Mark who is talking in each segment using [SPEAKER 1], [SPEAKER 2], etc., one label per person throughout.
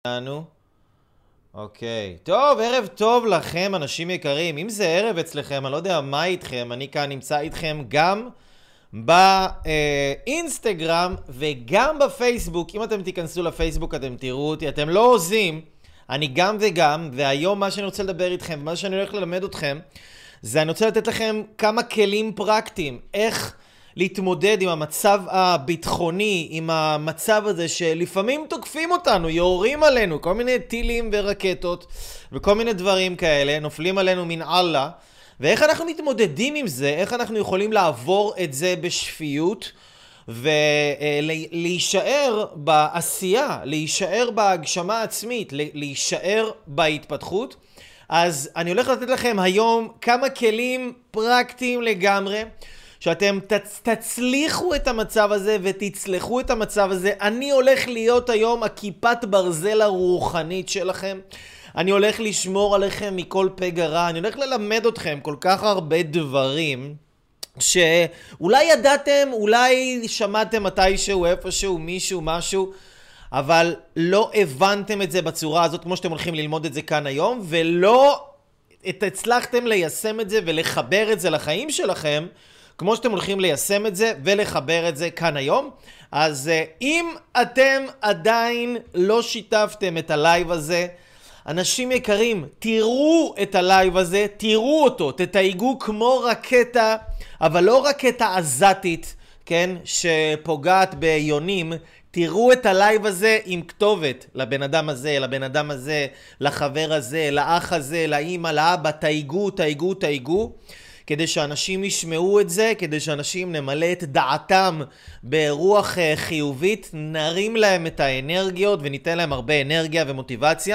[SPEAKER 1] לנו. אוקיי. טוב, ערב טוב לכם, אנשים יקרים. אם זה ערב אצלכם, אני לא יודע מה איתכם, אני כאן נמצא איתכם גם באינסטגרם וגם בפייסבוק. אם אתם תיכנסו לפייסבוק אתם תראו אותי, אתם לא עוזים, אני גם וגם, והיום מה שאני רוצה לדבר איתכם, מה שאני הולך ללמד אתכם, זה אני רוצה לתת לכם כמה כלים פרקטיים, איך להתמודד עם המצב הביטחוני, עם המצב הזה שלפעמים תוקפים אותנו, יורים עלינו, כל מיני טילים ורקטות וכל מיני דברים כאלה, נופלים עלינו מן אללה, ואיך אנחנו מתמודדים עם זה, איך אנחנו יכולים לעבור את זה בשפיות, ולהישאר בעשייה, להישאר בהגשמה העצמית, להישאר בהתפתחות. אז אני הולך לתת לכם היום כמה כלים פרקטיים לגמרי, שאתם תצליחו את המצב הזה ותצלחו את המצב הזה. אני הולך להיות היום הכיפת ברזל הרוחנית שלכם. אני הולך לשמור עליכם מכל פגע רע. אני הולך ללמד אתכם כל כך הרבה דברים שאולי ידעתם, אולי שמעתם מתישהו, איפשהו, מישהו, משהו, אבל לא הבנתם את זה בצורה הזאת כמו שאתם הולכים ללמוד את זה כאן היום, ולא הצלחתם ליישם את זה ולחבר את זה לחיים שלכם כמו שאתם הולכים ליישם את זה ולחבר את זה כאן היום. אז אם אתם עדיין לא שיתפתם את הלייב הזה, אנשים יקרים, תראו את הלייב הזה, תראו אותו, תתייגו כמו רקטה, אבל לא רקטה עזתית, כן, שפוגעת ביונים. תראו את הלייב הזה עם כתובת לבן אדם הזה, לבן אדם הזה, לחבר הזה, לאח הזה, לאמא, לאבא, תייגו, כדי שאנשים ישמעו את זה, כדי שאנשים נמלא את דעתם ברוח חיובית, נרים להם את האנרגיות וניתן להם הרבה אנרגיה ומוטיבציה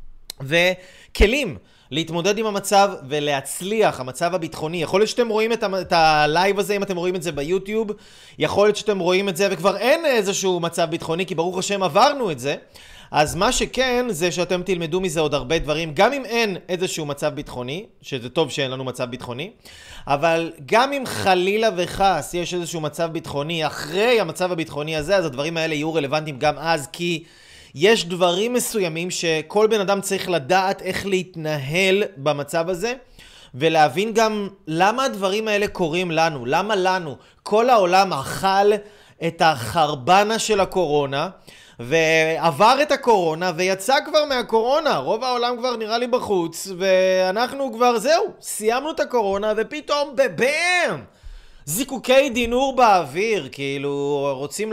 [SPEAKER 1] וכלים להתמודד עם המצב ולהצליח, המצב הביטחוני. יכול להיות שאתם רואים את הלייב הזה, אם אתם רואים את זה ביוטיוב, יכול להיות שאתם רואים את זה וכבר אין איזשהו מצב ביטחוני, כי ברוך השם עברנו את זה. אז מה שכן זה שאתם תלמדו מזה עוד הרבה דברים, גם אם אין איזשהו מצב ביטחוני, שזה טוב שאין לנו מצב ביטחוני, אבל גם אם חלילה וחס יש איזשהו מצב ביטחוני אחרי המצב הביטחוני הזה, אז הדברים האלה יהיו רלוונטיים גם אז, כי יש דברים מסוימים שכל בן אדם צריך לדעת איך להתנהל במצב הזה, ולהבין גם למה הדברים האלה קורים לנו, למה לנו. כל העולם אכל את החרבנה של הקורונה, ועבר את הקורונה ויצא כבר מהקורונה. רוב העולם כבר נראה לי בחוץ, ואנחנו כבר זהו, סיימנו את הקורונה, ופתאום בבאם זיקוקי דינור באוויר, כאילו רוצים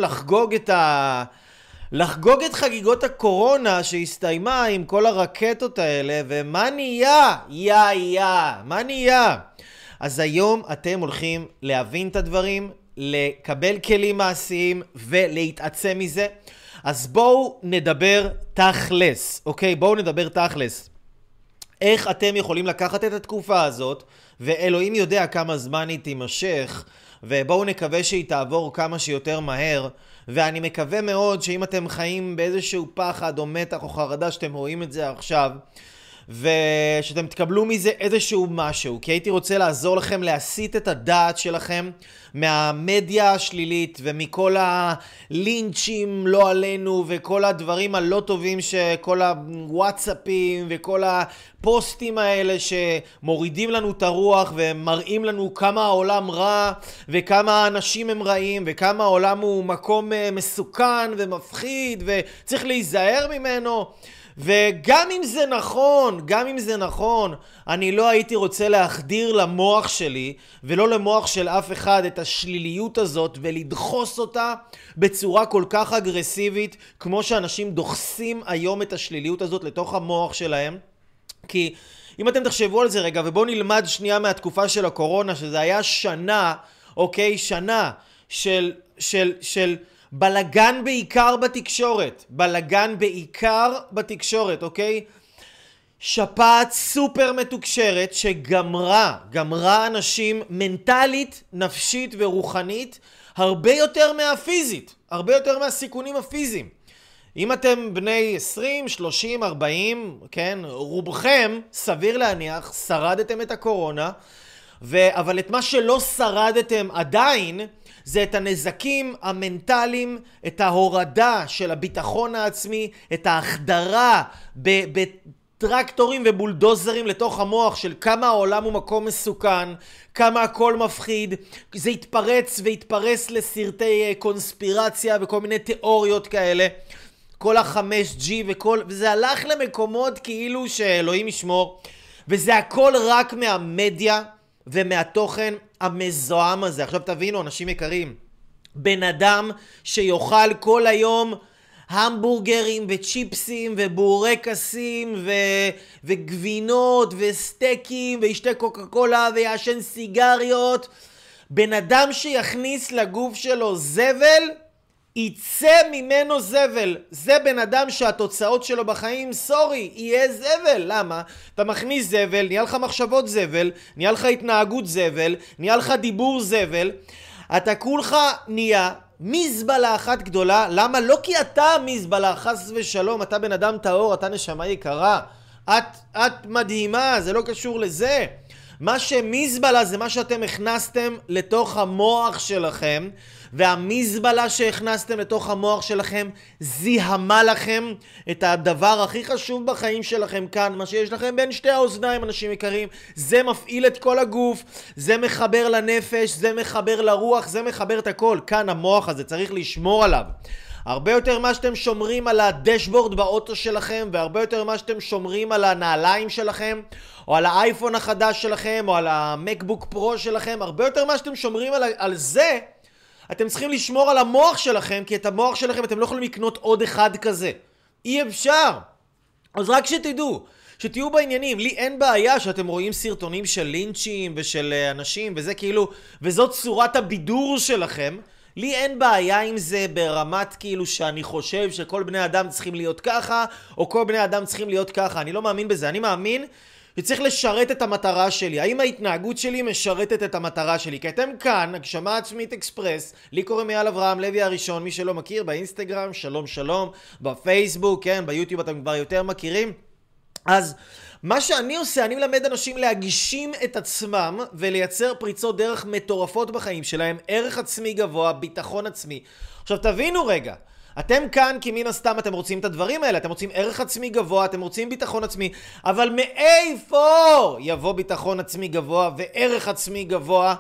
[SPEAKER 1] לחגוג את חגיגות הקורונה שהסתיימה עם כל הרקטות האלה, ומה נהיה? מה נהיה? אז היום אתם הולכים להבין את הדברים, לקבל כלים מעשיים ולהתעצם מזה. אז בואו נדבר תכלס, אוקיי? בואו נדבר תכלס. איך אתם יכולים לקחת את התקופה הזאת, ואלוהים יודע כמה זמן היא תימשך, ובואו נקווה שהיא תעבור כמה שיותר מהר, ואני מקווה מאוד שאם אתם חיים באיזשהו פחד או מתח או חרדה שאתם רואים את זה עכשיו, ושאתם תקבלו מזה איזשהו משהו, כי הייתי רוצה לעזור לכם להסיט את הדעת שלכם מהמדיה השלילית ומכל הלינצ'ים לא עלינו וכל הדברים הלא טובים, שכל הוואטסאפים וכל הפוסטים האלה שמורידים לנו את הרוח ומראים לנו כמה העולם רע וכמה האנשים הם רעים וכמה העולם הוא מקום מסוכן ומפחיד וצריך להיזהר ממנו. וגם אם זה נכון, אני לא הייתי רוצה להחדיר למוח שלי ולא למוח של אף אחד את השליליות הזאת ולדחוס אותה בצורה כל כך אגרסיבית כמו שאנשים דוחסים היום את השליליות הזאת לתוך המוח שלהם. כי אם אתם תחשבו על זה רגע, ובואו נלמד שנייה מהתקופה של הקורונה, שזה היה שנה, אוקיי, שנה של בלגן בעיקר בתקשורת, אוקיי? שפעת סופר מתוקשרת שגמרה אנשים מנטלית, נפשית ורוחנית הרבה יותר מהפיזית, הרבה יותר מהסיכונים הפיזיים. אם אתם בני 20, 30, 40, כן, רובכם סביר להניח שרדתם את הקורונה, אבל את מה שלא שרדתם עדיין זה את הנזקים המנטליים, את ההורדה של הביטחון העצמי, את ההחדרה טרקטורים ובולדוזרים לתוך המוח של כמה העולם הוא מקום מסוכן, כמה הכל מפחיד. זה התפרץ והתפרס לסרטי קונספירציה וכל מיני תיאוריות כאלה, כל ה-5G וזה הלך למקומות כאילו שאלוהים ישמור, וזה הכל רק מהמדיה ומהתוכן המזוהם הזה. עכשיו תבינו אנשים יקרים, בן אדם שיוכל כל היום המבורגרים וצ'יפסים ובורקסים וגבינות וסטייקים וישתה קוקה קולה ויעשן סיגריות, בן אדם שיכניס לגוף שלו זבל, יצא ממנו זבל. זה בן אדם שהתוצאות שלו בחיים, סורי, יהיה זבל. למה? אתה מכניס זבל, נהיה לך מחשבות זבל, נהיה לך התנהגות זבל, נהיה לך דיבור זבל, אתה כולך נהיה מזבלה אחת גדולה. למה? לא כי אתה מזבלה, חס ושלום, אתה בן אדם טהור, אתה נשמה יקרה, את מדהימה, זה לא קשור לזה. מה שמזבלה זה מה שאתם הכנסתם לתוך המוח שלכם, והמזבלה שהכנסתם לתוך המוח שלכם זיהמה לכם את הדבר הכי חשוב בחיים שלכם כאן, מה שיש לכם בין שתי האוזניים, אנשים יקרים. זה מפעיל את כל הגוף, זה מחבר לנפש, זה מחבר לרוח, זה מחבר את הכל. כאן המוח הזה צריך לשמור עליו הרבה יותר מה שאתם שומרים על הדשבורד באוטו שלכם, והרבה יותר מה שאתם שומרים על הנעליים שלכם, או על האייפון החדש שלכם, או על המקבוק פרו שלכם. הרבה יותר מה שאתם שומרים על זה, אתם צריכים לשמור על המוח שלכם, כי את המוח שלכם אתם לא יכולים לקנות עוד אחד כזה. אי אפשר. אז רק שתהיו בעניינים. לי אין בעיה שאתם רואים סרטונים של לינצ'ים ושל אנשים, וזה כאילו, וזאת צורת הבידור שלכם. לי אין בעיה עם זה ברמת כאילו שאני חושב שכל בני אדם צריכים להיות ככה, או כל בני אדם צריכים להיות ככה. אני לא מאמין בזה. אני מאמין שצריך לשרת את המטרה שלי. האם ההתנהגות שלי משרתת את המטרה שלי? כי אתם כאן, הגשמה עצמית אקספרס. לי קוראים אייל אברהם לוי הראשון, מי שלא מכיר, באינסטגרם, שלום שלום, בפייסבוק, כן, ביוטיוב אתם כבר יותר מכירים. אז מה שאני עושה, אני מלמד אנשים להגשים את עצמם ולייצר פריצות דרך מטורפות בחיים שלהם, ערך עצמי גבוה, ביטחון עצמי. עכשיו תבינו רגע, אתם כאן כי מן הסתם אתם רוצים את הדברים האלה, אתם רוצים ערך עצמי גבוה, אתם רוצים ביטחון עצמי, אבל מאיפה יבוא ביטחון עצמי גבוה וערך עצמי גבוה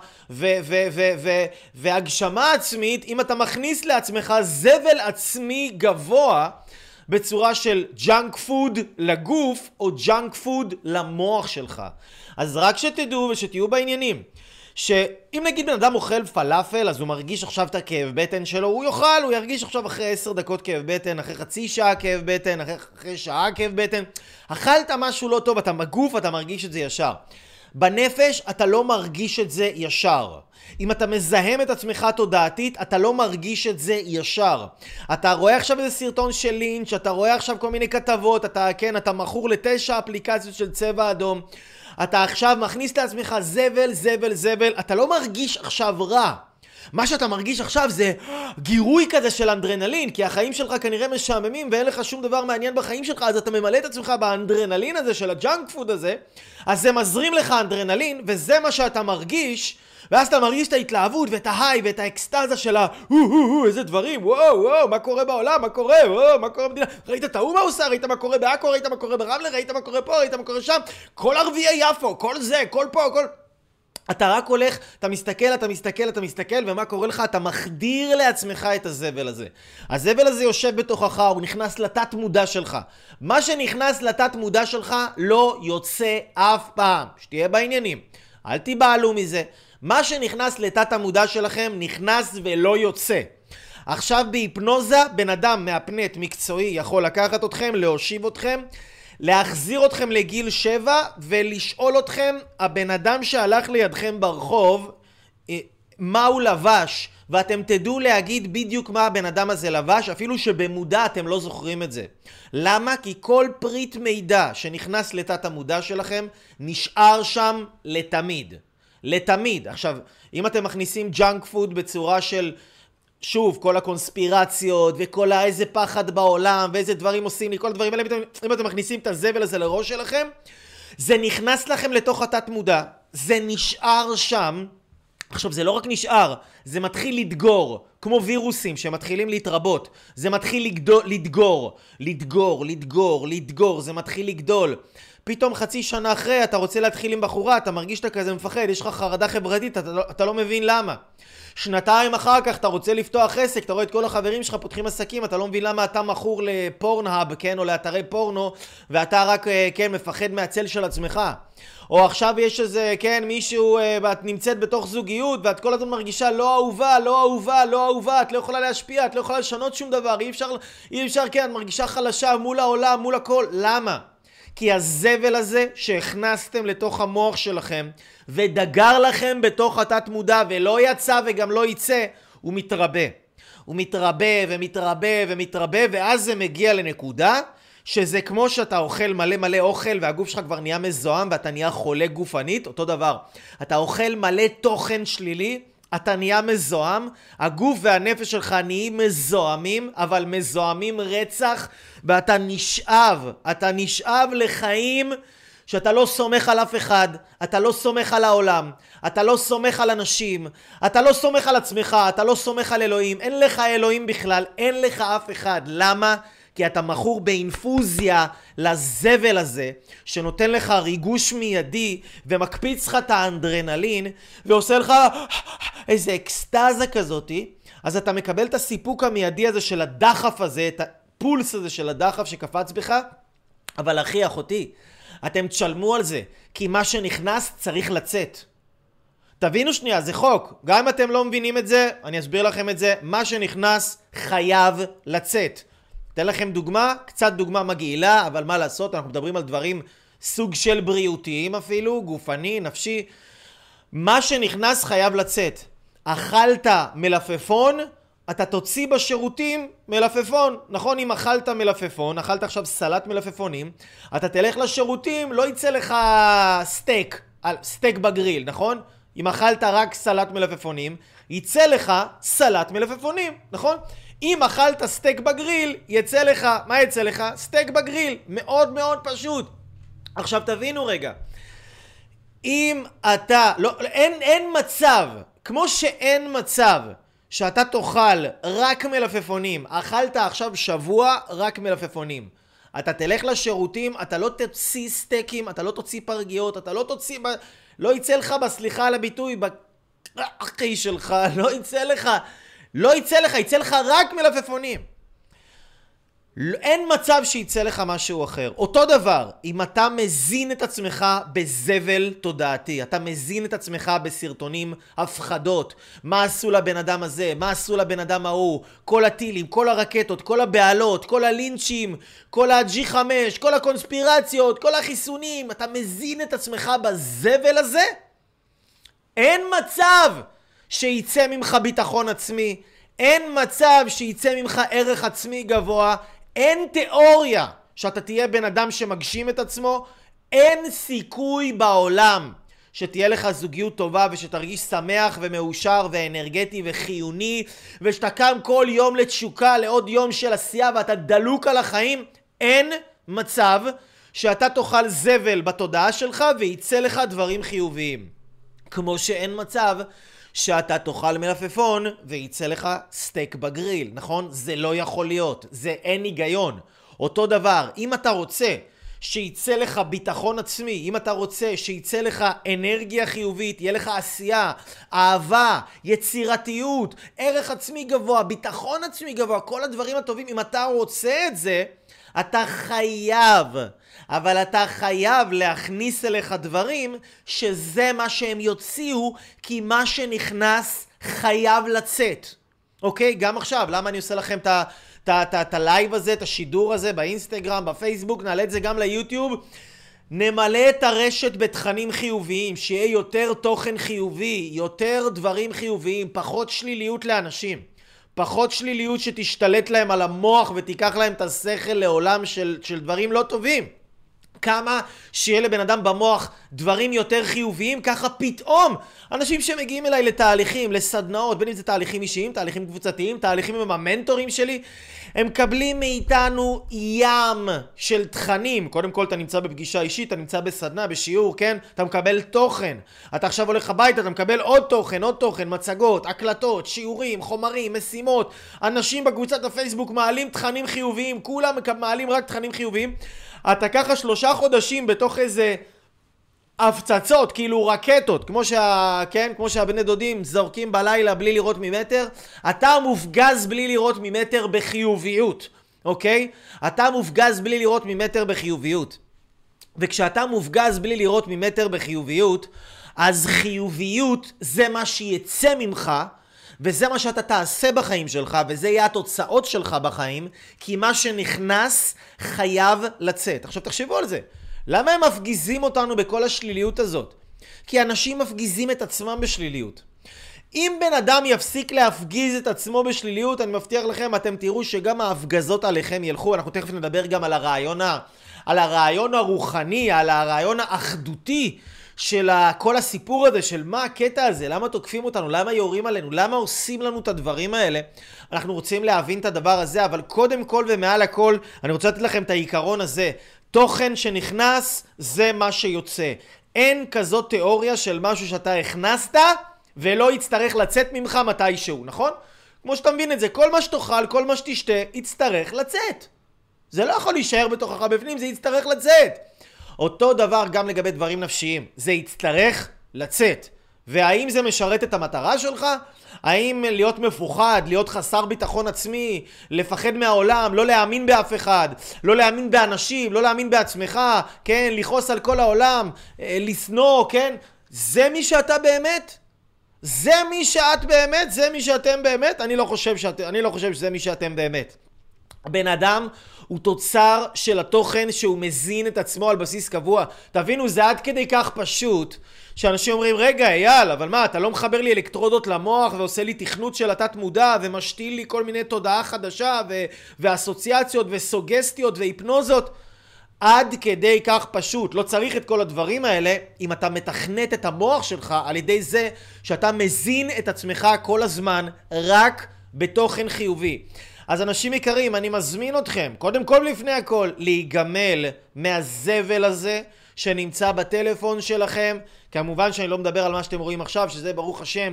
[SPEAKER 1] והגשמה עצמית אם אתה מכניס לעצמך זבל עצמי גבוה בצורה של ג'אנק פוד לגוף או ג'אנק פוד למוח שלך? אז רק שתדעו ושתהיו בעניינים, שאם נגיד בן אדם אוכל פלאפל, אז הוא מרגיש עכשיו את הכאב בטן שלו, הוא ירגיש עכשיו אחרי 10 דקות כאב בטן, אחרי חצי שעה כאב בטן, אחרי שעה כאב בטן. אכלת משהו לא טוב, בגוף אתה מרגיש את זה ישר. בנפש אתה לא מרגיש את זה ישר. אם אתה מזהם את עצמך תודעתית, אתה לא מרגיש את זה ישר. אתה רואה עכשיו איזה סרטון של לינץ', אתה רואה עכשיו כל מיני כתבות, אתה מכור ל9 אפליקציות של צבע אדום, אתה עכשיו מכניס לעצמך זבל, אתה לא מרגיש עכשיו רע. מה שאתה מרגיש עכשיו זה גירוי כזה של אנדרנלין, כי החיים שלך כנראה משעממים ואין לך שום דבר מעניין בחיים שלך, אז אתה ממלא את עצמך באנדרנלין הזה של הג'אנק פוד הזה, אז זה מזרים לך אנדרנלין, וזה מה שאתה מרגיש, ואז אתה מרגיש את ההתלהבות ואת ההיי ואת האקסטאזה של איזה דברים, וואו, מה קורה בעולם, מה קורה במדינה, ראית את ההוא מה עושה, ראית מה קורה בעכו, ראית מה קורה ברמלה, ראית מה קורה פה, ראית מה קורה שם, כל ערביי יפו, כל זה, כל פה, כל... אתה רק הולך, אתה מסתכל, ומה קורה לך? אתה מחדיר לעצמך את הזבל הזה. הזבל הזה יושב בתוכך, הוא נכנס לתת מודע שלך. מה שנכנס לתת מודע שלך לא יוצא אף פעם. שתהיה בעניינים. אל תיבעלו מזה. מה שנכנס לתת המודע שלכם נכנס ולא יוצא. עכשיו בהיפנוזה, בן אדם מאפנט מקצועי יכול לקחת אתכם, להושיב אתכם, להחזיר אתכם לגיל 7 ולשאול אתכם, הבן אדם שהלך לידכם ברחוב, מה הוא לבש, ואתם תדעו להגיד בדיוק מה הבן אדם הזה לבש, אפילו שבמודע אתם לא זוכרים את זה. למה? כי כל פריט מידע שנכנס לתת המודע שלכם נשאר שם לתמיד. עכשיו, אם אתם מכניסים ג'אנק פוד בצורה של שוב, כל הקונספירציות וכל איזה פחד בעולם ואיזה דברים עושים לי, כל הדברים האלה, אם אתם מכניסים את הזבל הזה לראש שלכם, זה נכנס לכם לתוך התת מודע, זה נשאר שם, עכשיו זה לא רק נשאר, זה מתחיל לדגור, כמו וירוסים שמתחילים להתרבות. זה מתחיל לדגור, זה מתחיל לגדול. פתאום חצי שנה אחרי אתה רוצה להתחיל עם בחורה, אתה מרגיש שאתה כזה מפחד, יש לך חרדה חברתית, אתה לא מבין למה. שנתיים אחר כך אתה רוצה לפתוח עסק, אתה רואה את כל החברים שלך פותחים עסקים, אתה לא מבין למה אתה מכור לפורנהאב, כן, או לאתרי פורנו, ואתה רק, כן, מפחד מהצל של עצמך. או עכשיו יש איזה, כן, מישהו, ואת נמצאת בתוך זוגיות, ואת כל הזמן מרגישה לא אהובה, את לא יכולה להשפיע, את לא יכולה לשנות שום דבר, אי אפשר, כן, את מרגישה חלשה מול העולם, מול הכל. למה? כי הזבל הזה שהכנסתם לתוך המוח שלכם ודגר לכם בתוך התת מודע ולא יצא וגם לא יצא, הוא מתרבה. הוא מתרבה ואז זה מגיע לנקודה שזה כמו שאתה אוכל מלא אוכל והגוף שלך כבר נהיה מזוהם ואתה נהיה חולה גופנית, אותו דבר. אתה אוכל מלא תוכן שלילי, אתה נהיה מזוהם, הגוף והנפש שלך נהיים מזוהמים, אבל מזוהמים רצח, ואתה נשאב לחיים שאתה לא סומך על אף אחד, אתה לא סומך על העולם, אתה לא סומך על אנשים, אתה לא סומך על עצמך, אתה לא סומך על אלוהים, אין לך אלוהים בכלל, אין לך אף אחד. למה? כי אתה מכור באינפוזיה לזבל הזה, שנותן לך ריגוש מיידי, ומקפיץ לך את האנדרנלין, ועושה לך איזה אקסטאזה כזאת, אז אתה מקבל את הסיפוק המיידי הזה של הדחף הזה, את הפולס הזה של הדחף שקפץ בך, אבל אחותי, אתם תשלמו על זה, כי מה שנכנס צריך לצאת. תבינו שנייה, זה חוק. גם אם אתם לא מבינים את זה, אני אסביר לכם את זה, מה שנכנס חייב לצאת. אתן לכם דוגמה, קצת דוגמה מגעילה, אבל מה לעשות, אנחנו מדברים על דברים סוג של בריאותיים אפילו, גופני, נפשי. מה שנכנס חייב לצאת. אכלת מלפפון, אתה תוציא בשירותים מלפפון. נכון, אם אכלת מלפפון, אכלת עכשיו סלט מלפפונים, אתה תלך לשירותים, לא יצא לך סטייק בגריל, נכון? אם אכלת רק סלט מלפפונים, יצא לך סלט מלפפונים, נכון? אם אכלת סטייק בגריל, יצא לך, מה יצא לך? סטייק בגריל. מאוד מאוד פשוט. עכשיו תבינו רגע. אם אתה, אין מצב, כמו שאין מצב שאתה תאכל רק מלפפונים, אכלת עכשיו שבוע רק מלפפונים. אתה תלך לשירותים, אתה לא תוציא סטייקים, אתה לא תוציא פרגיות, אתה לא תוציא, לא יצא לך, בסליחה על הביטוי, באחי שלך, לא יצא לך, יצא לך רק מלפפונים. אין מצב שיצא לך משהו אחר. אותו דבר, אם אתה מזין את עצמך בזבל תודעתי, אתה מזין את עצמך בסרטונים הפחדות, מה עשו לבן אדם הזה, מה עשו לבן אדם ההוא, כל הטילים, כל הרקטות, כל הבעלות, כל הלינצ'ים, כל ה-G5, כל הקונספירציות, כל החיסונים, אתה מזין את עצמך בזבל הזה, אין מצב שיצא ממך ביטחון עצמי, אין מצב שיצא ממך ערך עצמי גבוה, אין תיאוריה שאתה תהיה בן אדם שמגשים את עצמו, אין סיכוי בעולם שתהיה לך זוגיות טובה ושתרגיש שמח ומאושר ואנרגטי וחיוני, ושאתה קם כל יום לתשוקה לעוד יום של עשייה ואתה דלוק על החיים. אין מצב שאתה תאכל זבל בתודעה שלך ויצא לך דברים חיוביים. כמו שאין מצב שאתה תאכל מלפפון ויצא לך סטייק בגריל, נכון? זה לא יכול להיות, זה אין היגיון. אותו דבר, אם אתה רוצה שיצא לך ביטחון עצמי, אם אתה רוצה שיצא לך אנרגיה חיובית, יהיה לך עשייה, אהבה, יצירתיות, ערך עצמי גבוה, ביטחון עצמי גבוה, כל הדברים הטובים, אם אתה רוצה את זה, אתה חייב, אבל אתה חייב להכניס אליך דברים שזה מה שהם יוציאו, כי מה שנכנס חייב לצאת. אוקיי? גם עכשיו, למה אני עושה לכם את הלייב הזה, את השידור הזה באינסטגרם, בפייסבוק, נעלה את זה גם ליוטיוב. נמלא את הרשת בתכנים חיוביים, שיהיה יותר תוכן חיובי, יותר דברים חיוביים, פחות שליליות לאנשים. פחות שליליות שתשתלט להם על המוח ותיקח להם את השכל לעולם של דברים לא טובים. כמה שיהיה לבן אדם במוח דברים יותר חיוביים, ככה פתאום אנשים שמגיעים אליי לתהליכים, לסדנאות, בין אם זה תהליכים אישיים, תהליכים קבוצתיים, תהליכים עם המנטורים שלי, הם מקבלים מאיתנו ים של תכנים. קודם כל אתה נמצא בפגישה אישית, אתה נמצא בסדנה, בשיעור, כן? אתה מקבל תוכן. אתה עכשיו הולך הביתה, אתה מקבל עוד תוכן, מצגות, הקלטות, שיעורים, חומרים, משימות. אנשים בקבוצת הפייסבוק מעלים תכנים חיוביים, כולם מעלים רק תכנים חיוביים. אתה ככה 3 חודשים בתוך איזה הפצצות, כאילו רקטות, כמו שהבני דודים זורקים בלילה בלי לראות ממטר, אתה מופגז בלי לראות ממטר בחיוביות, אוקיי? אתה מופגז בלי לראות ממטר בחיוביות. וכשאתה מופגז בלי לראות ממטר בחיוביות, אז חיוביות זה מה שיצא ממך, וזה מה שאתה תעשה בחיים שלך, וזה יהיה התוצאות שלך בחיים, כי מה שנכנס חייב לצאת. עכשיו תחשבו על זה. למה הם מפגיזים אותנו בכל השליליות הזאת? כי אנשים מפגיזים את עצמם בשליליות. אם בן אדם יפסיק להפגיז את עצמו בשליליות, אני מבטיח לכם, אתם תראו שגם ההפגזות עליכם ילכו. אנחנו תכף נדבר גם על הרעיון הרוחני, על הרעיון האחדותי של כל הסיפור הזה, של מה הקטע הזה, למה תוקפים אותנו, למה יורים עלינו, למה עושים לנו את הדברים האלה. אנחנו רוצים להבין את הדבר הזה, אבל קודם כל ומעל הכל, אני רוצה לתת לכם את העיקרון הזה. תוכן שנכנס זה מה שיוצא. אין כזאת תיאוריה של משהו שאתה הכנסת ולא יצטרך לצאת ממך מתישהו, נכון? כמו שאתה מבין את זה, כל מה שתאכל, כל מה שתשתה, יצטרך לצאת. זה לא יכול להישאר בתוכך בפנים, זה יצטרך לצאת. אותו דבר גם לגבי דברים נפשיים, זה יצטרך לצאת. והאם זה משרת את המטרה שלך? האם להיות מפוחד, להיות חסר ביטחון עצמי, לפחד מהעולם, לא להאמין באף אחד, לא להאמין באנשים, לא להאמין בעצמך, כן, לכעוס על כל העולם, לשנוא, כן? זה מי שאתה באמת? זה מי שאת באמת? זה מי שאתם באמת? אני לא חושב שזה מי שאתם באמת. הבן אדם הוא תוצר של התוכן שהוא מזין את עצמו על בסיס קבוע. תבינו, זה עד כדי כך פשוט שאנשים אומרים, רגע אייל, אבל מה, אתה לא מחבר לי אלקטרודות למוח ועושה לי תכנות של התת מודע ומשתיל לי כל מיני תודעה חדשה ואסוציאציות וסוגסטיות והיפנוזות? עד כדי כך פשוט. לא צריך את כל הדברים האלה אם אתה מתכנת את המוח שלך על ידי זה שאתה מזין את עצמך כל הזמן רק בתוכן חיובי. אז אנשים יקרים, אני מזמין אתכם, קודם כל לפני הכל, להיגמל מהזבל הזה שנמצא בטלפון שלכם. כמובן שאני לא מדבר על מה שאתם רואים עכשיו, שזה ברוך השם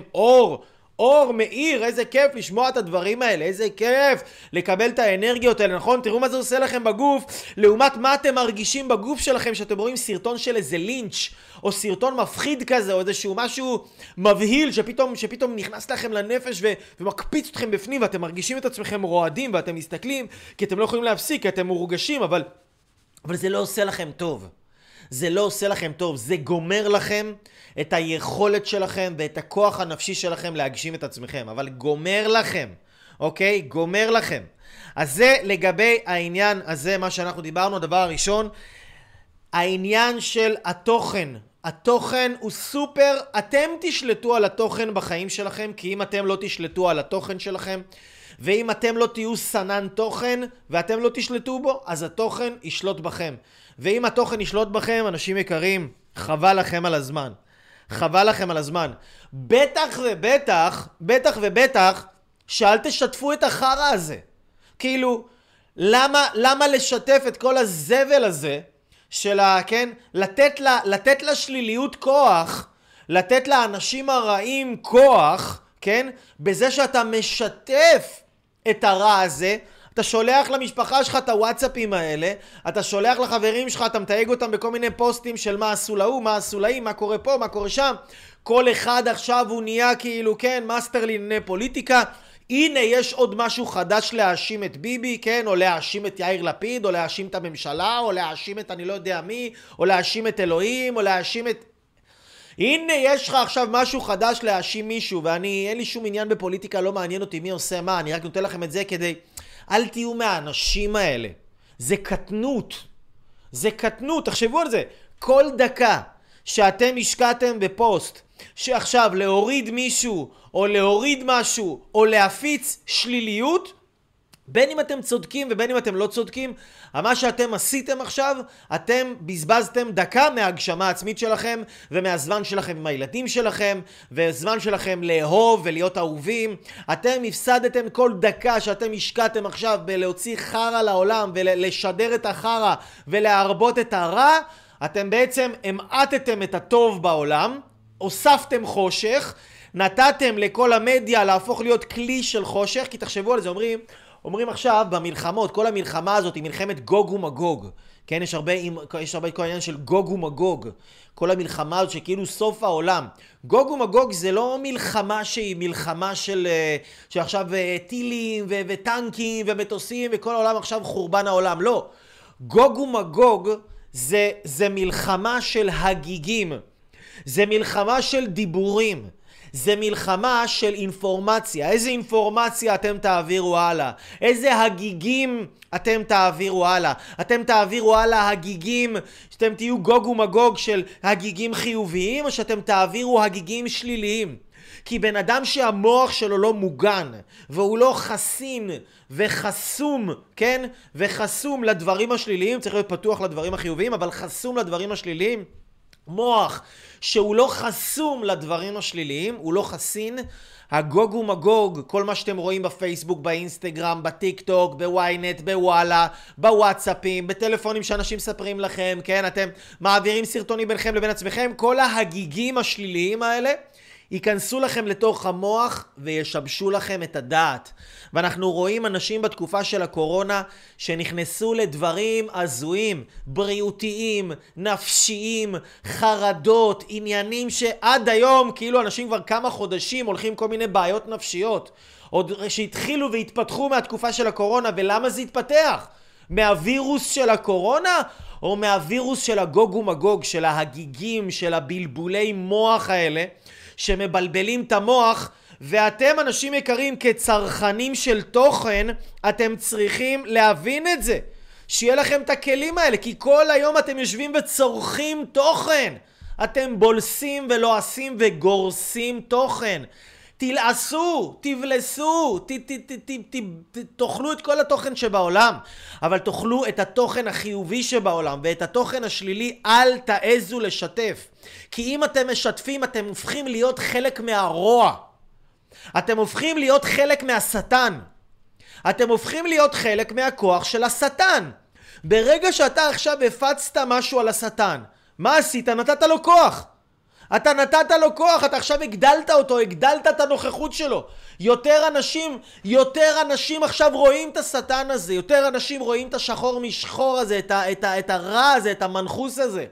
[SPEAKER 1] אור מאיר, איזה כיף לשמוע את הדברים האלה, איזה כיף לקבל את האנרגיות האלה, נכון? תראו מה זה עושה לכם בגוף, לעומת מה אתם מרגישים בגוף שלכם, שאתם רואים סרטון של איזה לינץ', או סרטון מפחיד כזה, או איזשהו משהו מבהיל, שפתאום נכנס לכם לנפש ומקפיץ אתכם בפנים, ואתם מרגישים את עצמכם רועדים, ואתם מסתכלים, כי אתם לא יכולים להפסיק, כי אתם מורגשים, אבל זה לא עושה לכם טוב. זה לא עושה לכם טוב, זה גומר לכם את היכולת שלכם ואת הכוח הנפשי שלכם להגשים את עצמכם, אבל גומר לכם, אוקיי? גומר לכם. אז זה לגבי העניין הזה, מה שאנחנו דיברנו, הדבר הראשון, העניין של התוכן. התוכן הוא סופר, אתם תשלטו על התוכן בחיים שלכם, כי אם אתם לא תשלטו על התוכן שלכם, ואם אתם לא תהיו סנן תוכן ואתם לא תשלטו בו, אז התוכן ישלוט בכם. ואם התוכן ישלוט בכם, אנשים יקרים, חבל לכם על הזמן. חבל לכם על הזמן. בטח ובטח, שאל תשתפו את החרא הזה. כאילו, למה לשתף את כל הזבל הזה של כן? לתת לשליליות כוח, לתת לאנשים הרעים כוח, כן? בזה שאתה משתף את הרע הזה, אתה שולח למשפחה שלך את הוואטסאפים האלה, אתה שולח לחברים שלך, אתה מתייג אותם בכל מיני פוסטים של מה עשו להוא, מה עשו להם, מה קורה פה, מה קורה שם. כל אחד עכשיו הוא נהיה כאילו, כן, מאסטר לענייני פוליטיקה. הנה יש עוד משהו חדש להאשים את ביבי, כן, או להאשים את יאיר לפיד, או להאשים את הממשלה, או להאשים את אני לא יודע מי, או להאשים את אלוהים, או להאשים את... הנה יש לך עכשיו משהו חדש להאשים מישהו, ואני אין לי שום עניין בפוליטיקה, לא מעניין אותי מי עושה מה, אני רק נותן לכם את זה כדי... אל תהיו מהאנשים האלה. זה קטנות. זה קטנות, תחשבו על זה. כל דקה שאתם השקעתם בפוסט, שעכשיו להוריד מישהו, או להוריד משהו, או להפיץ שליליות, בין אם אתם צודקים ובין אם אתם לא צודקים, מה שאתם עשיתם עכשיו, אתם בזבזתם דקה מההגשמה העצמית שלכם, ומהזמן שלכם עם הילדים שלכם, והזמן שלכם לאהוב ולהיות אהובים. אתם הפסדתם כל דקה שאתם השקעתם עכשיו בלהוציא חרה לעולם, ולשדר את החרה, ולהרבות את הרע. אתם בעצם המעטתם את הטוב בעולם, הוספתם חושך, נתתם לכל המדיה להפוך להיות כלי של חושך, כי תחשבו על זה, אומרים עכשיו במלחמות, כל המלחמה הזאת היא מלחמת גוג ומגוג. כן, יש הרבה כל העניין של גוג ומגוג. כל המלחמה הזאת שכאילו סוף העולם. גוג ומגוג זה לא מלחמה שהיא מלחמה שעכשיו טילים וטנקים ומטוסים וכל העולם עכשיו חורבן העולם. לא. גוג ומגוג זה מלחמה של הגיגים. זה מלחמה של דיבורים. זה מלחמה של אינפורמציה. איזה אינפורמציה אתם תעבירו הלאה? איזה הגיגים אתם תעבירו הלאה? אתם תעבירו הלאה הגיגים, שאתם תהיו גוג ומגוג של הגיגים חיוביים, או שאתם תעבירו הגיגים שליליים? כי בן אדם שהמוח שלו לא מוגן, והוא לא חסין וחסום, כן? וחסום לדברים השליליים, צריך להיות פתוח לדברים החיוביים, אבל חסום לדברים השליליים. מוח שהוא לא חסום לדברים השליליים, הוא לא חסין, הגוג ומגוג, כל מה שאתם רואים בפייסבוק, באינסטגרם, בטיק טוק, בוויינט, בוואלה, בוואטסאפים, בטלפונים שאנשים מספרים לכם, כן? אתם מעבירים סרטונים ביניכם לבין עצמכם, כל ההגיגים השליליים האלה ייכנסו לכם לתוך המוח וישבשו לכם את הדעת. ואנחנו רואים אנשים בתקופה של הקורונה שנכנסו לדברים הזויים, בריאותיים, נפשיים, חרדות, עניינים שעד היום כאילו אנשים כבר כמה חודשים הולכים כל מיני בעיות נפשיות, עוד שהתחילו והתפתחו מהתקופה של הקורונה. ולמה זה התפתח? מהווירוס של הקורונה או מהווירוס של הגוג ומגוג, של ההגיגים, של הבלבולי מוח האלה שמבלבלים את המוח? ואתם אנשים יקרים כצרכנים של תוכן, אתם צריכים להבין את זה, שיהיה לכם את הכלים האלה, כי כל היום אתם יושבים וצורכים תוכן, אתם בולסים ולועסים וגורסים תוכן. תלעסו, תבלסו, תאכלו את כל התוכן שבעולם, אבל תאכלו את התוכן החיובי שבעולם, ואת התוכן השלילי אל תעזו לשתף. כי אם אתם משתפים, אתם הופכים להיות חלק מהרוע. אתם הופכים להיות חלק מהשטן. אתם הופכים להיות חלק מהכוח של השטן. ברגע שאתה עכשיו הפצת משהו על השטן, מה עשית? נתת לו כוח. אתה נתת לו כוח, אתה עכשיו הגדלת אותו, הגדלת את הנוכחות שלו. יותר אנשים עכשיו רואים את השטן הזה, יותר אנשים רואים את השחור משחור הזה, את הרע הזה, את המנחוס הזה.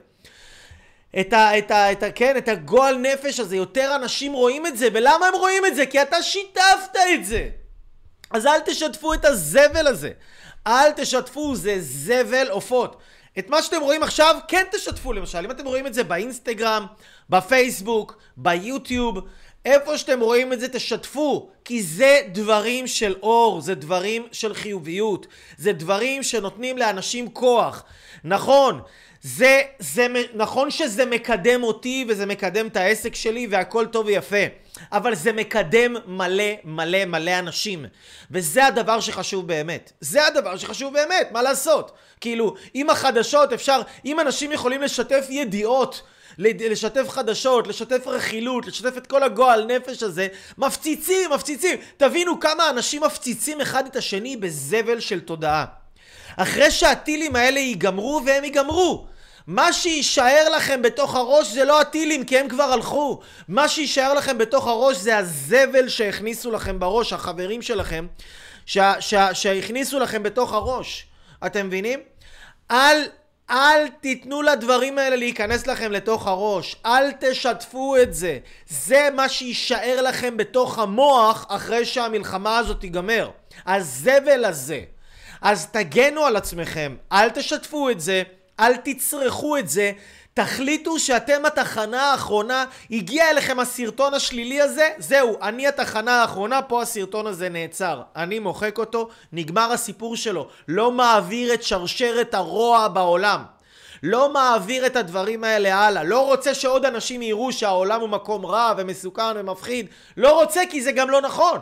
[SPEAKER 1] את הגועל נפש הזה, יותר אנשים רואים את זה. ולמה הם רואים את זה? כי אתה שיתפת את זה. אז אל תשתפו את הזבל הזה. אל תשתפו, זה זבל עופות. את מה שאתם רואים עכשיו כן תשתפו. למשל, אם אתם רואים את זה באינסטגרם, בפייסבוק, ביוטיוב, איפה שאתם רואים את זה תשתפו, כי זה דברים של אור, זה דברים של חיוביות, זה דברים שנותנים לאנשים כוח. נכון, נכון שזה מקדם אותי וזה מקדם את העסק שלי והכל טוב ויפה, אבל זה מקדם מלא אנשים, וזה הדבר שחשוב באמת. זה הדבר שחשוב באמת, מה לעשות? כאילו, עם החדשות אפשר, אם אנשים יכולים לשתף ידיעות, לשתף חדשות, לשתף רכילות, לשתף את כל הגועל נפש הזה, מפציצים. תבינו כמה אנשים מפציצים אחד את השני בזבל של תודעה. אחרי שהטילים האלה ייגמרו, והם ייגמרו, מה שישאר לכם בתוך הראש זה לא הטילים, כי הם כבר הלכו. מה שישאר לכם בתוך הראש זה הזבל שהכניסו לכם בראש, החברים שלכם, שהכניסו לכם בתוך הראש. אתם מבינים? אל תיתנו לדברים האלה להיכנס לכם לתוך הראש. אל תשתפו את זה. זה מה שישאר לכם בתוך המוח אחרי שהמלחמה הזאת תיגמר. הזבל הזה. אז תגנו על עצמכם. אל תשתפו את זה. אל תצרכו את זה. תחליטו שאתם התחנה האחרונה. הגיע אליכם הסרטון השלילי הזה. זהו, אני התחנה האחרונה. פה הסרטון הזה נעצר. אני מוחק אותו. נגמר הסיפור שלו. לא מעביר את שרשרת הרוע בעולם. לא מעביר את הדברים האלה הלאה. לא רוצה שעוד אנשים יראו שהעולם הוא מקום רע ומסוכן ומפחיד. לא רוצה, כי זה גם לא נכון.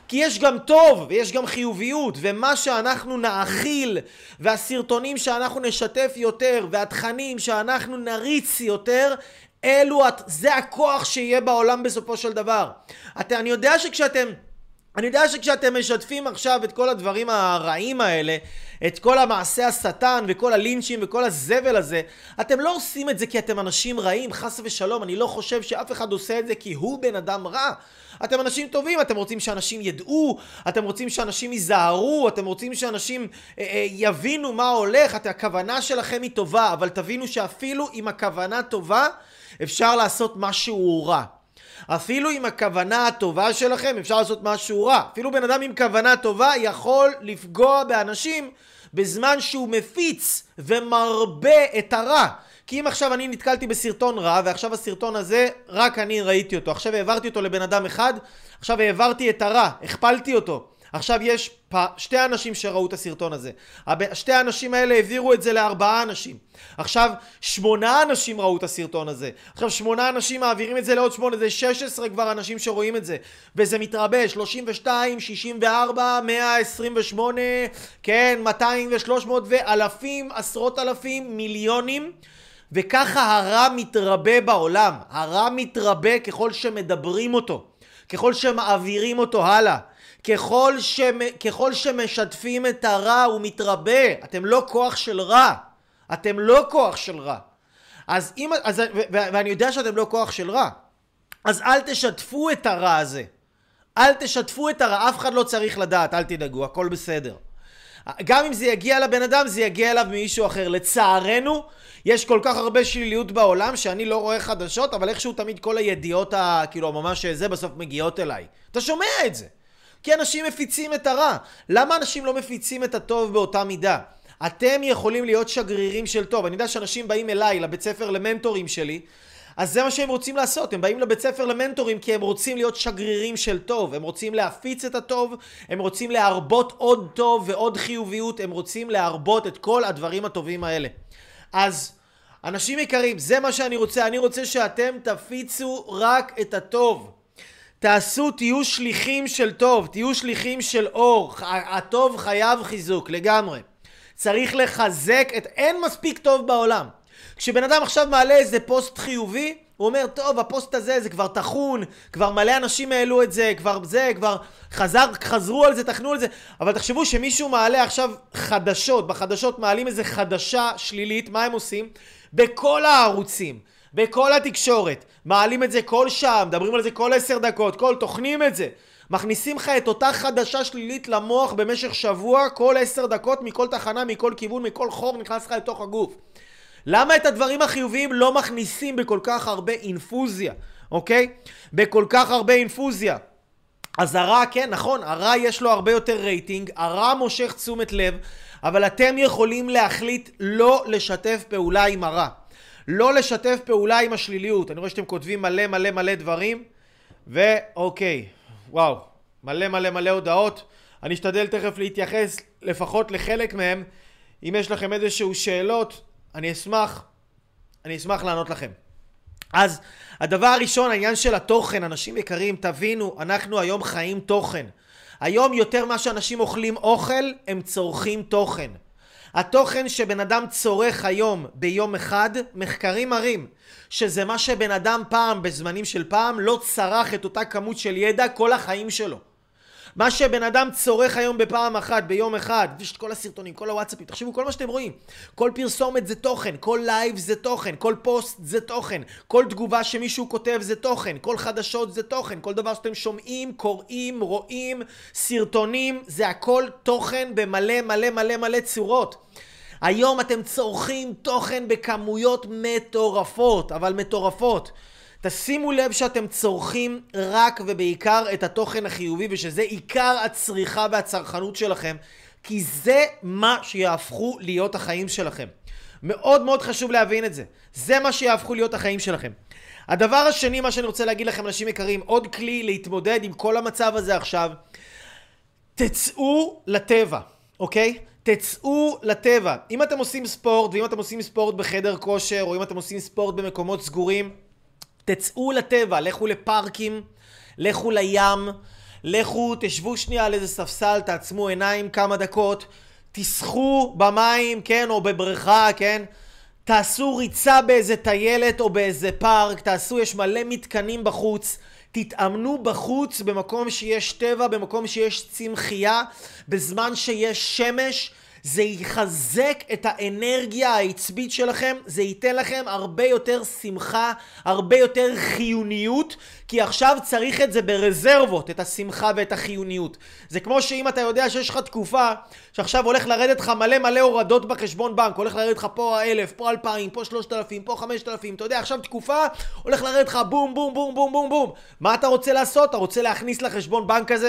[SPEAKER 1] כי יש גם טוב ויש גם חיוביות, ומה שאנחנו נאכיל והסרטונים שאנחנו נשתף יותר והתכנים שאנחנו נריץ יותר, זה הכוח שיהיה בעולם בסופו של דבר. אני יודע שכשאתם משתפים עכשיו את כל הדברים הרעים האלה, את כל המעשה השטן וכל הלינצ'ים וכל הזבל הזה, אתם לא עושים את זה כי אתם אנשים רעים, חס ושלום. אני לא חושב שאף אחד עושה את זה כי הוא בן אדם רע. אתם אנשים טובים, אתם רוצים שאנשים ידעו, אתם רוצים שאנשים ייזהרו, אתם רוצים שאנשים יבינו מה הולך, הכוונה שלכם היא טובה, אבל תבינו שאפילו עם הכוונה טובה אפשר לעשות משהו רע. אפילו עם הכוונה הטובה שלכם אפשר לעשות משהו רע. אפילו בן אדם עם כוונה טובה יכול לפגוע באנשים בזמן שהוא מפיץ ומרבה את הרע. כי אם עכשיו אני נתקלתי בסרטון רע, ועכשיו הסרטון הזה רק אני ראיתי אותו, עכשיו העברתי אותו לבן אדם אחד, עכשיו העברתי את הרע, הכפלתי אותו, עכשיו יש שתי אנשים שראו את הסרטון הזה, שתי האנשים האלה העבירו את זה ל4 אנשים, עכשיו 8 אנשים ראו את הסרטון הזה, עכשיו 8 אנשים מעבירים את זה לעוד 8, זה 16 כבר אנשים שרואים את זה, וזה מתרבה, 32, 64, 128, כן, 200 ו300 ואלפים, עשרות אלפים, מיליונים, וככה הרע מתרבה בעולם. הרע מתרבה ככל שמדברים אותו, ככל שמעבירים אותו הלאה, ככל שמשתפים את הרע הוא מתרבה. אתם לא כוח של רע, אתם לא כוח של רע. ואני יודע שאתם לא כוח של רע, אז אל תשתפו את הרע הזה, אל תשתפו את הרע. אף אחד לא צריך לדעת, אל תדאגו, הכל בסדר. גם אם זה יגיע לבן אדם, זה יגיע אליו מישהו אחר. לצערנו יש כל כך הרבה שליליות בעולם שאני לא רואה חדשות, אבל איכשהו תמיד כל הידיעות כאילו ממש זה בסוף מגיעות אליי. אתה שומע את זה? כי אנשים מפיצים את הרע. למה אנשים לא מפיצים את הטוב באותה מידה? אתם יכולים להיות שגרירים של טוב. אני יודע שאנשים באים אליי לבית ספר למנטורים שלי, אז זה מה שהם רוצים לעשות. הם באים לבית ספר למנטורים כי הם רוצים להיות שגרירים של טוב. הם רוצים להפיץ את הטוב, הם רוצים להרבות עוד טוב ועוד חיוביות, הם רוצים להרבות את כל הדברים הטובים האלה. אז אנשים יקרים, זה מה שאני רוצה. אני רוצה שאתם תפיצו רק את הטוב. תהיו שליחים של טוב, תהיו שליחים של אור. הטוב חייב חיזוק לגמרי. צריך לחזק אין מספיק טוב בעולם. כשבן אדם עכשיו מעלה איזה פוסט חיובי, הוא אומר, טוב, הפוסט הזה זה כבר תחון, כבר מלא אנשים העלו את זה, כבר חזרו על זה, תכנו על זה. אבל תחשבו שמישהו מעלה עכשיו חדשות, בחדשות מעלים איזה חדשה שלילית, מה הם עושים? בכל הערוצים, בכל התקשורת, מעלים את זה כל שעה, מדברים על זה כל 10 דקות, תוכנים את זה. מכניסים לך את אותה חדשה שלילית למוח במשך שבוע, כל 10 דקות, מכל תחנה, מכל כיוון, מכל חור, נכנס לך לתוך הגוף. למה את הדברים החיוביים לא מכניסים בכל כך הרבה אינפוזיה, אוקיי? בכל כך הרבה אינפוזיה. אז הרע, כן, נכון, הרע יש לו הרבה יותר רייטינג, הרע מושך תשומת לב, אבל אתם יכולים להחליט לא לשתף פעולה עם הרע. לא לשתף פעולה עם השליליות. אני רואה שאתם כותבים מלא מלא מלא דברים, ואוקיי, וואו, מלא מלא מלא הודעות. אני אשתדל תכף להתייחס לפחות לחלק מהם. אם יש לכם איזשהו שאלות, אני אשמח לענות לכם. אז הדבר הראשון, העניין של התוכן. אנשים יקרים, תבינו, אנחנו היום חיים תוכן. היום יותר מה שאנשים אוכלים אוכל, הם צורכים תוכן. התוכן שבן אדם צורך היום ביום אחד, מחקרים מראים שזה מה שבן אדם פעם, בזמנים של פעם, לא צרך את אותה כמות של ידע כל החיים שלו. מה שבן אדם צורך היום בפעם אחת, ביום אחד, יש את כל הסרטונים, כל הוואטסאפים, תחשבו, כל מה שאתם רואים, כל פרסומת זה תוכן, כל לייב זה תוכן, כל פוסט זה תוכן, כל תגובה שמישהו כותב זה תוכן, כל חדשות זה תוכן, כל דבר שאתם שומעים, קוראים, רואים, סרטונים, זה הכל תוכן במלא מלא מלא מלא צורות. היום אתם צורכים תוכן בכמויות מטורפות, אבל מטורפות. תשימו לב שאתם צורכים רק ובעיקר את התוכן החיובי, ושזה עיקר הצריכה והצרכנות שלכם, כי זה מה שיהפכו להיות החיים שלכם. מאוד מאוד חשוב להבין את זה. זה מה שיהפכו להיות החיים שלכם. הדבר השני, מה שאני רוצה להגיד לכם, אנשים יקרים, עוד כלי להתמודד עם כל המצב הזה עכשיו, תצאו לטבע, אוקיי? תצאו לטבע. אם אתם עושים ספורט, ואם אתם עושים ספורט בחדר כושר, או אם אתם עושים ספורט במקומות סגורים, תצאו לטבע, לכו לפארקים, לכו לים, לכו, תשבו שנייה על איזה ספסל, תעצמו עיניים כמה דקות, תשחו במים, כן, או בבריכה, כן? תעשו ריצה באיזה טיילת או באיזה פארק, תעשו, יש מלא מתקנים בחוץ, תתאמנו בחוץ במקום שיש טבע, במקום שיש צמחייה, בזמן שיש שמש, זה יחזק את האנרגיה העצבית שלכם, זה ייתן לכם הרבה יותר שמחה, הרבה יותר חיוניות, כי עכשיו צריך את זה ברזרבות, את השמחה ואת החיוניות. זה כמו שאם אתה יודע שיש לך תקופה, שעכשיו הולך לרדת לך מלא הורדות בחשבון בנק, הולך לרדת לך פה 1,000, פה 2,000, פה 3,000, פה 5,000, אתה יודע, עכשיו תקופה, הולך לרדת לך בום בום בום בום בום בום. מה אתה רוצה לעשות? אתה רוצה להכניס לחשבון בנק הזה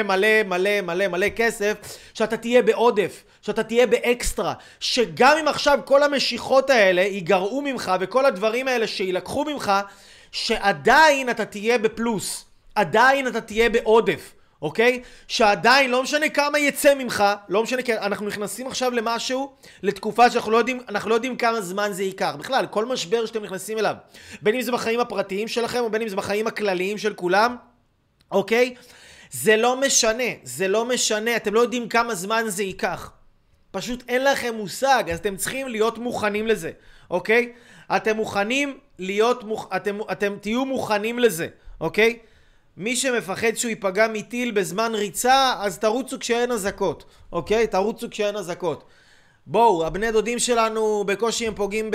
[SPEAKER 1] מלא כסף, שאתה תהיה בעודף, שאתה תהיה באקסטרה, שגם אם עכשיו כל המשיכות האלה ייגרעו ממך וכל הדברים האלה שילקחו ממך, שעדיין אתה תהיה בפלוס, עדיין אתה תהיה בעודף, אוקיי? שעדיין לא משנה כמה יצא ממך, לא משנה, כי אנחנו נכנסים עכשיו למשהו, לתקופה שאנחנו לא יודעים כמה זמן זה ייקח. בכלל, כל משבר שאתם נכנסים אליו, בין אם זה בחיים הפרטיים שלכם או בין אם זה בחיים הכלליים של כולם, אוקיי? זה לא משנה, אתם לא יודעים כמה זמן זה ייקח. פשוט אין לכם מושג, אז אתם צריכים להיות מוכנים לזה, אוקיי? אתם מוכנים להיות, אתם תהיו מוכנים לזה, אוקיי? מי שמפחד שהוא ייפגע מטיל בזמן ריצה, אז תרוצו כשאין אזעקות, אוקיי? תרוצו כשאין אזעקות. בואו, הבני דודים שלנו בקושי הם פוגעים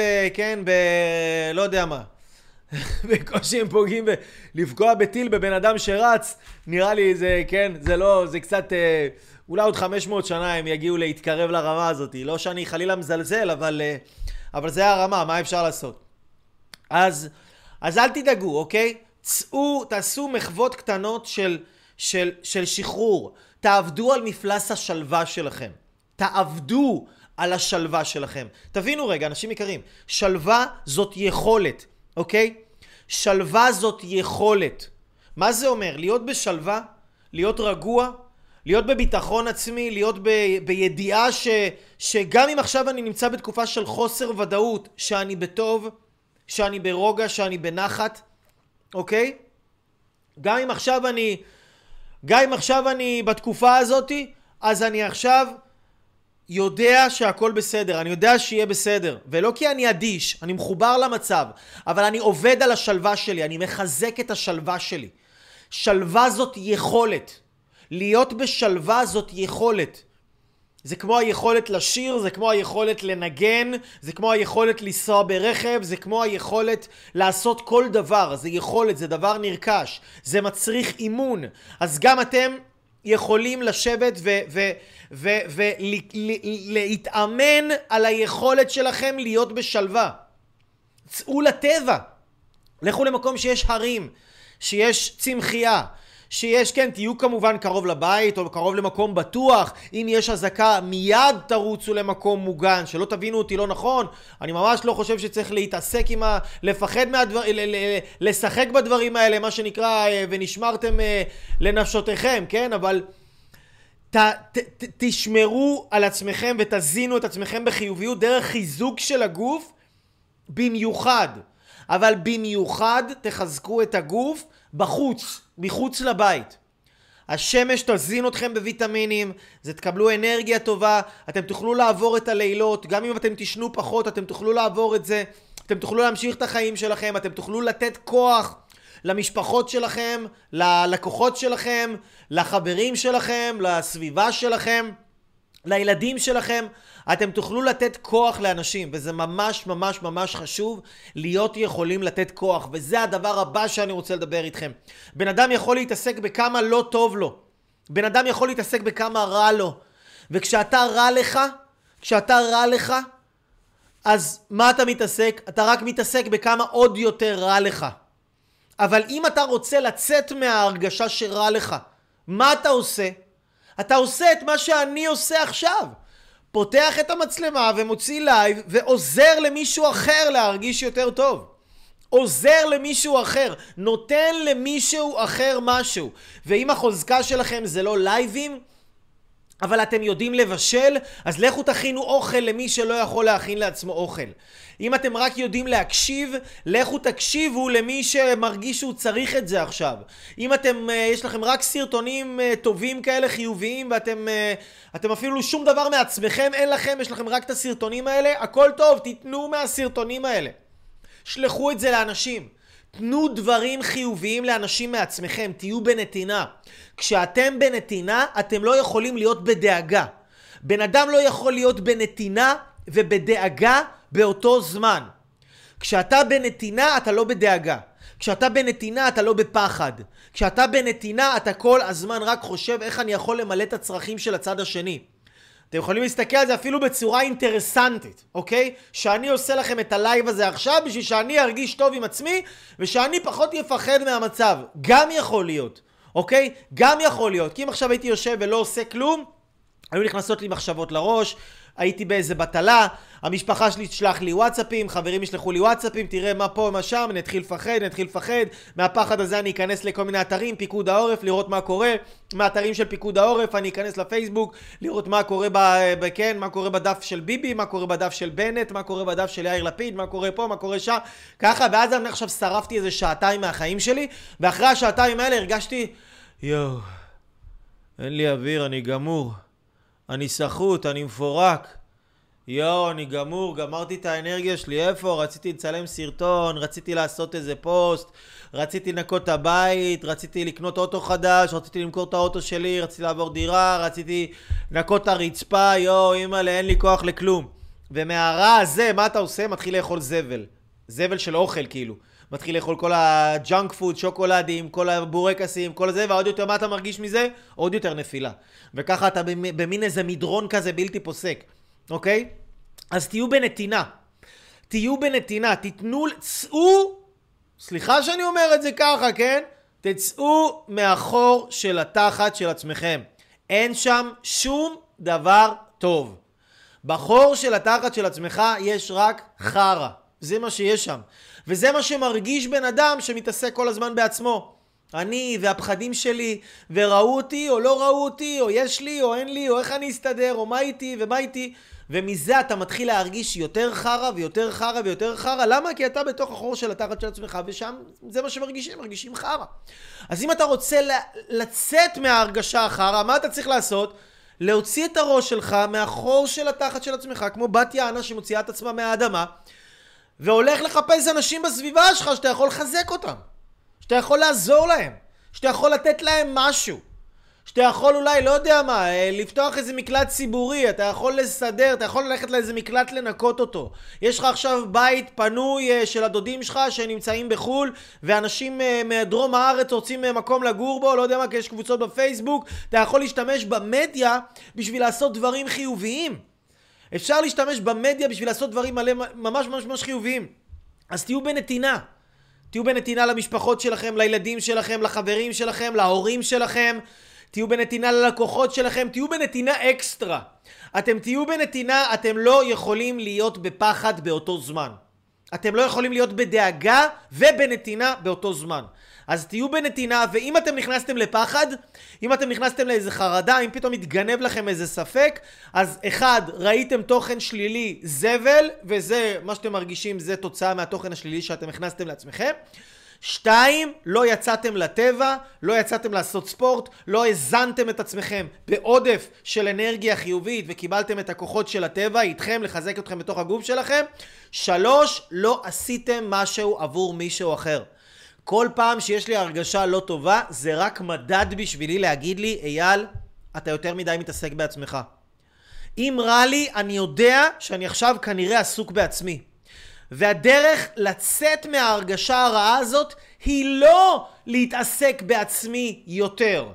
[SPEAKER 1] לא יודע מה. בקושי הם פוגעים לפגוע בטיל בבן אדם שרץ. נראה לי זה, כן, זה קצת, אולי עוד 500 שנה הם יגיעו להתקרב לרמה הזאת. לא שאני חלילה מזלזל, אבל זה הרמה, מה אפשר לעשות? אז אל תדאגו, אוקיי? תעשו מחוות קטנות של שחרור. תעבדו על מפלס השלווה שלכם. תעבדו על השלווה שלכם. תבינו רגע, אנשים יקרים, שלווה זאת יכולת, אוקיי? שלווה זאת יכולת. מה זה אומר? להיות בשלווה, להיות רגוע, להיות בביטחון עצמי, להיות בידיעה שגם אם עכשיו אני נמצא בתקופה של חוסר ודאות, שאני בטוב, שאני ברוגע, שאני בנחת, אוקיי? גם אם עכשיו אני בתקופה הזאת, אז אני עכשיו יודע שהכל בסדר, אני יודע שיהיה בסדר, ולא כי אני אדיש, אני מחובר למצב, אבל אני עובד על השלווה שלי, אני מחזק את השלווה שלי. שלווה זאת יכולת. להיות בשלווה זאת יכולת. זה כמו היכולת לשיר, זה כמו היכולת לנגן, זה כמו היכולת לנסוע ברכב, זה כמו היכולת לעשות כל דבר. זה יכולת, זה דבר נרכש, זה מצריך אימון. אז גם אתם יכולים לשבת ולהתאמן על היכולת שלכם להיות בשלווה. צאו לטבע, לכו למקום שיש הרים, שיש צמחייה, שיש, כן, תהיו כמובן קרוב לבית או קרוב למקום בטוח. אם יש אזעקה, מיד תרוצו למקום מוגן. שלא תבינו אותי לא נכון, אני ממש לא חושב שצריך להתעסק לפחד לשחק בדברים האלה, מה שנקרא, ונשמרתם לנפשותיכם, כן? אבל תשמרו על עצמכם ותזינו את עצמכם בחיוביות דרך חיזוק של הגוף במיוחד. אבל במיוחד תחזקו את הגוף בחוץ, מחוץ לבית. השמש תזין אתכם בוויטמינים, זה תקבלו אנרגיה טובה, אתם תוכלו לעבור את הלילות, גם אם אתם תשנו פחות, אתם תוכלו לעבור את זה, אתם תוכלו להמשיך את החיים שלכם, אתם תוכלו לתת כוח למשפחות שלכם, ללקוחות שלכם, לחברים שלכם, לסביבה שלכם, לילדים שלכם. אתם תוכלו לתת כוח לאנשים, וזה ממש ממש ממש חשוב להיות יכולים לתת כוח, וזה הדבר הבא שאני רוצה לדבר איתכם. בן אדם יכול להתעסק בכמה לא טוב לו, בן אדם יכול להתעסק בכמה רע לו, וכשאתה רע לך, אז מה אתה מתעסק? אתה רק מתעסק בכמה עוד יותר רע לך. אבל אם אתה רוצה לצאת מההרגשה שרע לך, מה אתה עושה? אתה עושה את מה שאני עושה עכשיו. פותח את המצלמה ומוציא לייב ועוזר למישהו אחר להרגיש יותר טוב. עוזר למישהו אחר, נותן למישהו אחר משהו. ואם החוזקה שלכם זה לא לייבים, אבל אתם יודעים לבשל, אז לכו תכינו אוכל למי שלא יכול להכין לעצמו אוכל. אם אתם רק יודעים להקשיב, לכו תקשיבו למי שמרגיש שהוא צריך את זה עכשיו. אם יש לכם רק סרטונים טובים כאלה חיוביים, ואתם אפילו שום דבר מעצמכם אין לכם, יש לכם רק את הסרטונים האלה, הכל טוב, תיתנו מהסרטונים האלה. שלחו את זה לאנשים. תנו דברים חיוביים לאנשים מעצמכם, תהיו בנתינה. כשאתם בנתינה, אתם לא יכולים להיות בדאגה. בן אדם לא יכול להיות בנתינה ובדאגה באותו זמן. כשאתה בנתינה, אתה לא בדאגה. כשאתה בנתינה, אתה לא בפחד. כשאתה בנתינה, אתה כל הזמן רק חושב איך אני יכול למלא את הצרכים של הצד השני. אתם יכולים להסתכל על זה אפילו בצורה אינטרסנטית, אוקיי? שאני עושה לכם את הלייב הזה עכשיו בשביל שאני ארגיש טוב עם עצמי ושאני פחות יפחד מהמצב. גם יכול להיות, אוקיי? גם יכול להיות. כי אם עכשיו הייתי יושב ולא עושה כלום, היו נכנסות לי מחשבות לראש, הייתי באיזה בטלה, המשפחה שלי תשלח לי וואטסאפים, חברים ישלחו לי וואטסאפים, תראה מה פה מה שם, נתחיל לפחד, מהפחד הזה אני אכנס לכל מיני אתרים, פיקוד העורף, לראות מה קורה, מהאתרים של פיקוד העורף אני אכנס לפייסבוק, לראות מה קורה מה קורה בדף של ביבי, מה קורה בדף של בנט, מה קורה בדף של יאיר לפיד, מה קורה פה, מה קורה שם, ככה, ואז אני עכשיו שרפתי איזה שעתיים מהחיים שלי, ואחרי השעתיים האלה הרגשתי, יואו, אין לי אוויר, אני גמור. אני סחוט, אני מפורק. אני גמור, גמרתי את האנרגיה שלי. איפה? רציתי לצלם סרטון, רציתי לעשות איזה פוסט, רציתי לנקות את הבית, רציתי לקנות אוטו חדש, רציתי למכור את האוטו שלי, רציתי לעבור דירה, רציתי לנקות את הרצפה. אמא, אין לי כוח לכלום. ומהרע הזה, מה אתה עושה? מתחיל לאכול זבל. זבל של אוכל כאילו. מתחיל לאכול כל הג'אנק פוד, שוקולדים, כל הבורקסים, כל זה, ועוד יותר מה אתה מרגיש מזה? עוד יותר נפילה. וככה אתה במין איזה מדרון כזה בלתי פוסק, אוקיי? אז תהיו בנתינה. תהיו בנתינה, צאו, סליחה שאני אומר את זה ככה, כן? תצאו מהחור של התחת של עצמכם. אין שם שום דבר טוב. בחור של התחת של עצמך יש רק חרה. זה מה שיש שם. וזה מה שמרגיש בן אדם שמתעסק כל הזמן בעצמו. אני והפחדים שלי, וראו אותי או לא ראו אותי, או יש לי או אין לי, או איך אני אסתדר, או מה איתי ומה איתי. ומזה אתה מתחיל להרגיש יותר חרה ויותר חרה ויותר חרה. למה? כי אתה בתוך החור של התחת של עצמך, ושם זה מה שמרגישים חרה. אז אם אתה רוצה לצאת מההרגשה החרה, מה אתה צריך לעשות? להוציא את הראש שלך מהחור של התחת של עצמך, כמו בת יענה שמוציאה את עצמה מהאדמה, והולך לחפש אנשים בסביבה שלך שאתה יכול לחזק אותם, שאתה יכול לעזור להם, שאתה יכול לתת להם משהו, שאתה יכול אולי, לא יודע מה, לפתוח איזה מקלט ציבורי, אתה יכול לסדר, אתה יכול ללכת לאיזה מקלט לנקות אותו. יש לך עכשיו בית פנוי של הדודים שלך שנמצאים בחול, ואנשים מדרום הארץ רוצים מקום לגור בו, לא יודע מה, כי יש קבוצות בפייסבוק, אתה יכול להשתמש במדיה בשביל לעשות דברים חיוביים. אפשר להשתמש במדיה בשביל לעשות דברים ממש ממש ממש חיוביים. אז תהיו בנתינה. תהיו בנתינה למשפחות שלכם, לילדים שלכם, לחברים שלכם, להורים שלכם. תהיו בנתינה ללקוחות שלכם, תהיו בנתינה אקסטרה. אתם תהיו בנתינה, אתם לא יכולים להיות בפחד באותו זמן. אתם לא יכולים להיות בדאגה ובנתינה באותו זמן. אז תהיו בנתינה, ואם אתם נכנסתם לפחד, אם אתם נכנסתם לאיזה חרדה, אם פתאום מתגנב לכם איזה ספק, אז אחד, ראיתם תוכן שלילי זבל, וזה, מה שאתם מרגישים, זה תוצאה מהתוכן השלילי שאתם הכנסתם לעצמכם. 2, לא יצאתם לטבע, לא יצאתם לעשות ספורט, לא הזנתם את עצמכם בעודף של אנרגיה חיובית וקיבלתם את הכוחות של הטבע איתכם לחזק אתכם בתוך הגוף שלכם. 3, לא עשיתם משהו עבור מישהו אחר. כל פעם שיש לי הרגשה לא טובה, זה רק מדד בשבילי להגיד לי, אייל, אתה יותר מדי מתעסק בעצמך. אם רע לי, אני יודע שאני עכשיו כנראה עסוק בעצמי. והדרך לצאת מההרגשה הרעה הזאת היא לא להתעסק בעצמי יותר.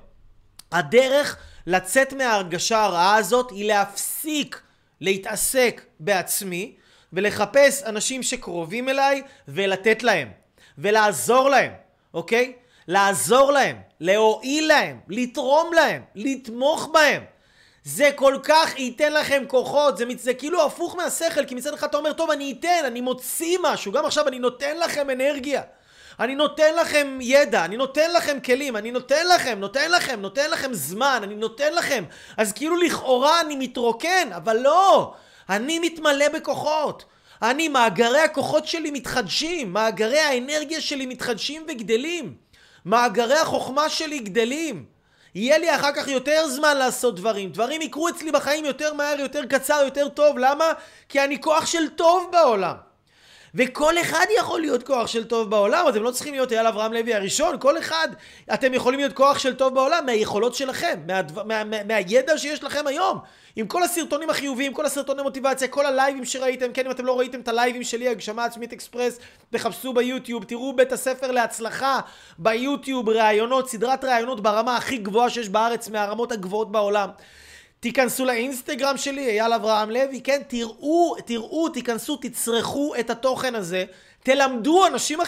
[SPEAKER 1] הדרך לצאת מההרגשה הרעה הזאת היא להפסיק להתעסק בעצמי ולחפש אנשים שקרובים אליי ולתת להם ולעזור להם, אוקיי? לעזור להם, להועיל להם, לתרום להם, לתמוך בהם. זה כל כך ייתן לכם כוחות, זה כאילו הפוך מהשכל, כי מצד אחד אתה אומר, טוב, אני אתן, אני מוציא משהו, גם עכשיו אני נותן לכם אנרגיה. אני נותן לכם ידע, אני נותן לכם כלים, אני נותן לכם זמן, אני נותן לכם. אז כאילו לכאורה אני מתרוקן, אבל לא. אני מתמלא בכוחות. מאגרי הכוחות שלי מתחדשים, מאגרי האנרגיה שלי מתחדשים וגדלים. מאגרי החוכמה שלי גדלים. יהיה לי אחר כך יותר זמן לעשות דברים. דברים יקרו אצלי בחיים יותר מהר, יותר קצר, יותר טוב. למה? כי אני כוח של טוב בעולם. וכל אחד יכול להיות כוח של טוב בעולם. אתם לא צריכים להיות אייל אברהם לוי הראשון. כל אחד, אתם יכולים להיות כוח של טוב בעולם מהיכולות שלכם, מהידע שיש לכם היום. עם כל הסרטונים החיוביים, כל הסרטוני מוטיבציה, כל הלייבים שראיתם. כן, אם אתם לא ראיתם את הלייבים שלי, הגשמה עצמית אקספרס, תחפשו ביוטיוב, תראו בית הספר להצלחה ביוטיוב, ראיונות, סדרת ראיונות ברמה הכי גבוהה שיש בארץ, מהרמות הגבוהות בעולם. תיכנסו לאינסטגרם שלי, אייל אברהם לוי, כן, תראו, תיכנסו, תצרכו את התוכן הזה, תלמדו אנשים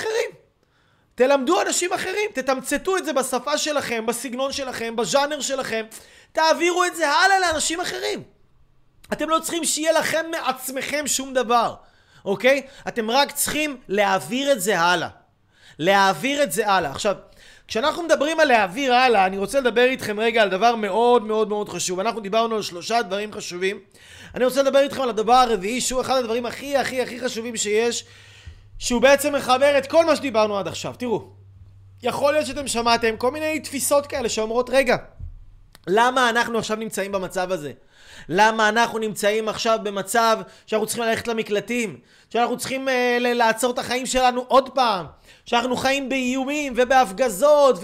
[SPEAKER 1] אחרים, תתמצתו את זה בשפה שלכם, בסגנון שלכם, בז'אנר שלכם, תעבירו את זה הלאה לאנשים אחרים. אתם לא צריכים שיהיה לכם מעצמכם שום דבר, אוקיי? אתם רק צריכים להעביר את זה הלאה. עכשיו, כשאנחנו מדברים על להעביר הלאה, אני רוצה לדבר איתכם רגע על דבר מאוד מאוד מאוד חשוב. אנחנו דיברנו על 3 דברים חשובים. אני רוצה לדבר איתכם על הדבר הרביעי, שהוא אחד הדברים הכי חשובים שיש, שהוא בעצם מחבר את כל מה שדיברנו עד עכשיו. תראו, יכול להיות שאתם שמעתם כל מיני תפיסות כאלה שאומרות, רגע, למה אנחנו עכשיו נמצאים במצב הזה? למה אנחנו נמצאים עכשיו במצב שאנחנו צריכים ללכת למקלטים? שאנחנו צריכים לעצור את החיים שלנו עוד פעם? שאנחנו חיים באיומים ובהפגזות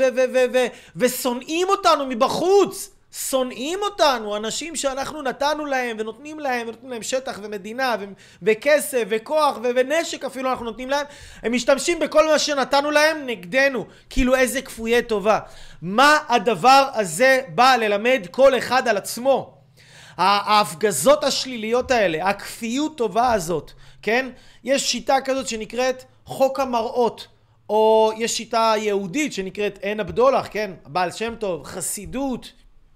[SPEAKER 1] ושונאים אותנו מבחוץ? שונאים אותנו, אנשים שאנחנו נתנו להם ונותנים להם שטח ומדינה וכסף וכוח ונשק אפילו אנחנו נותנים להם, הם משתמשים בכל מה שנתנו להם נגדנו, כאילו איזה כפויי טובה. מה הדבר הזה בא ללמד כל אחד על עצמו? ההפגזות השליליות האלה, הכפיות טובה הזאת, כן? יש שיטה כזאת שנקראת חוק המראות, או יש שיטה יהודית שנקראת עין הבדולח, כן? בעל שם טוב, חסידות.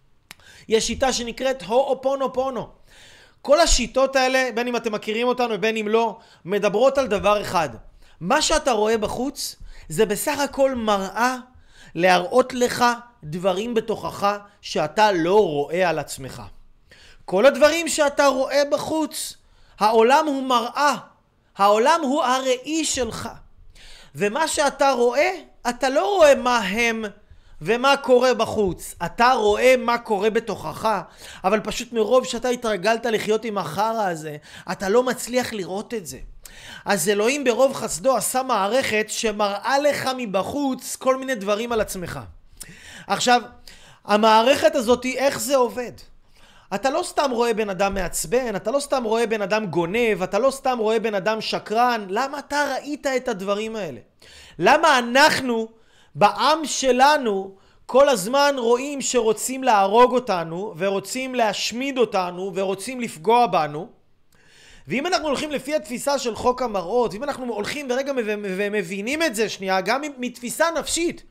[SPEAKER 1] יש שיטה שנקראת הואופונופונו. כל השיטות האלה, בין אם אתם מכירים אותנו ובין אם לא, מדברות על דבר אחד. מה שאתה רואה בחוץ זה בסך הכל מראה להראות לך דברים בתוכך שאתה לא רואה על עצמך. כל הדברים שאתה רואה בחוץ, העולם הוא מראה, העולם הוא הראי שלך. ומה שאתה רואה, אתה לא רואה מה הם ומה קורה בחוץ. אתה רואה מה קורה בתוכך, אבל פשוט מרוב שאתה התרגלת לחיות עם החרא הזה, אתה לא מצליח לראות את זה. אז אלוהים ברוב חסדו עשה מערכת שמראה לך מבחוץ כל מיני דברים על עצמך. עכשיו, המערכת הזאת, איך זה עובד? אתה לא סתם רואה בן אדם מעצבן, אתה לא סתם רואה בן אדם גונב, אתה לא סתם רואה בן אדם שקרן. למה אתה ראית את הדברים האלה? למה אנחנו, בעם שלנו, כל הזמן רואים שרוצים להרוג אותנו, ורוצים להשמיד אותנו, ורוצים לפגוע בנו? ואם אנחנו הולכים לפי התפיסה של חוק המראות, אם אנחנו הולכים ברגע ומבינים את זה שנייה, גם מתפיסה נפשית,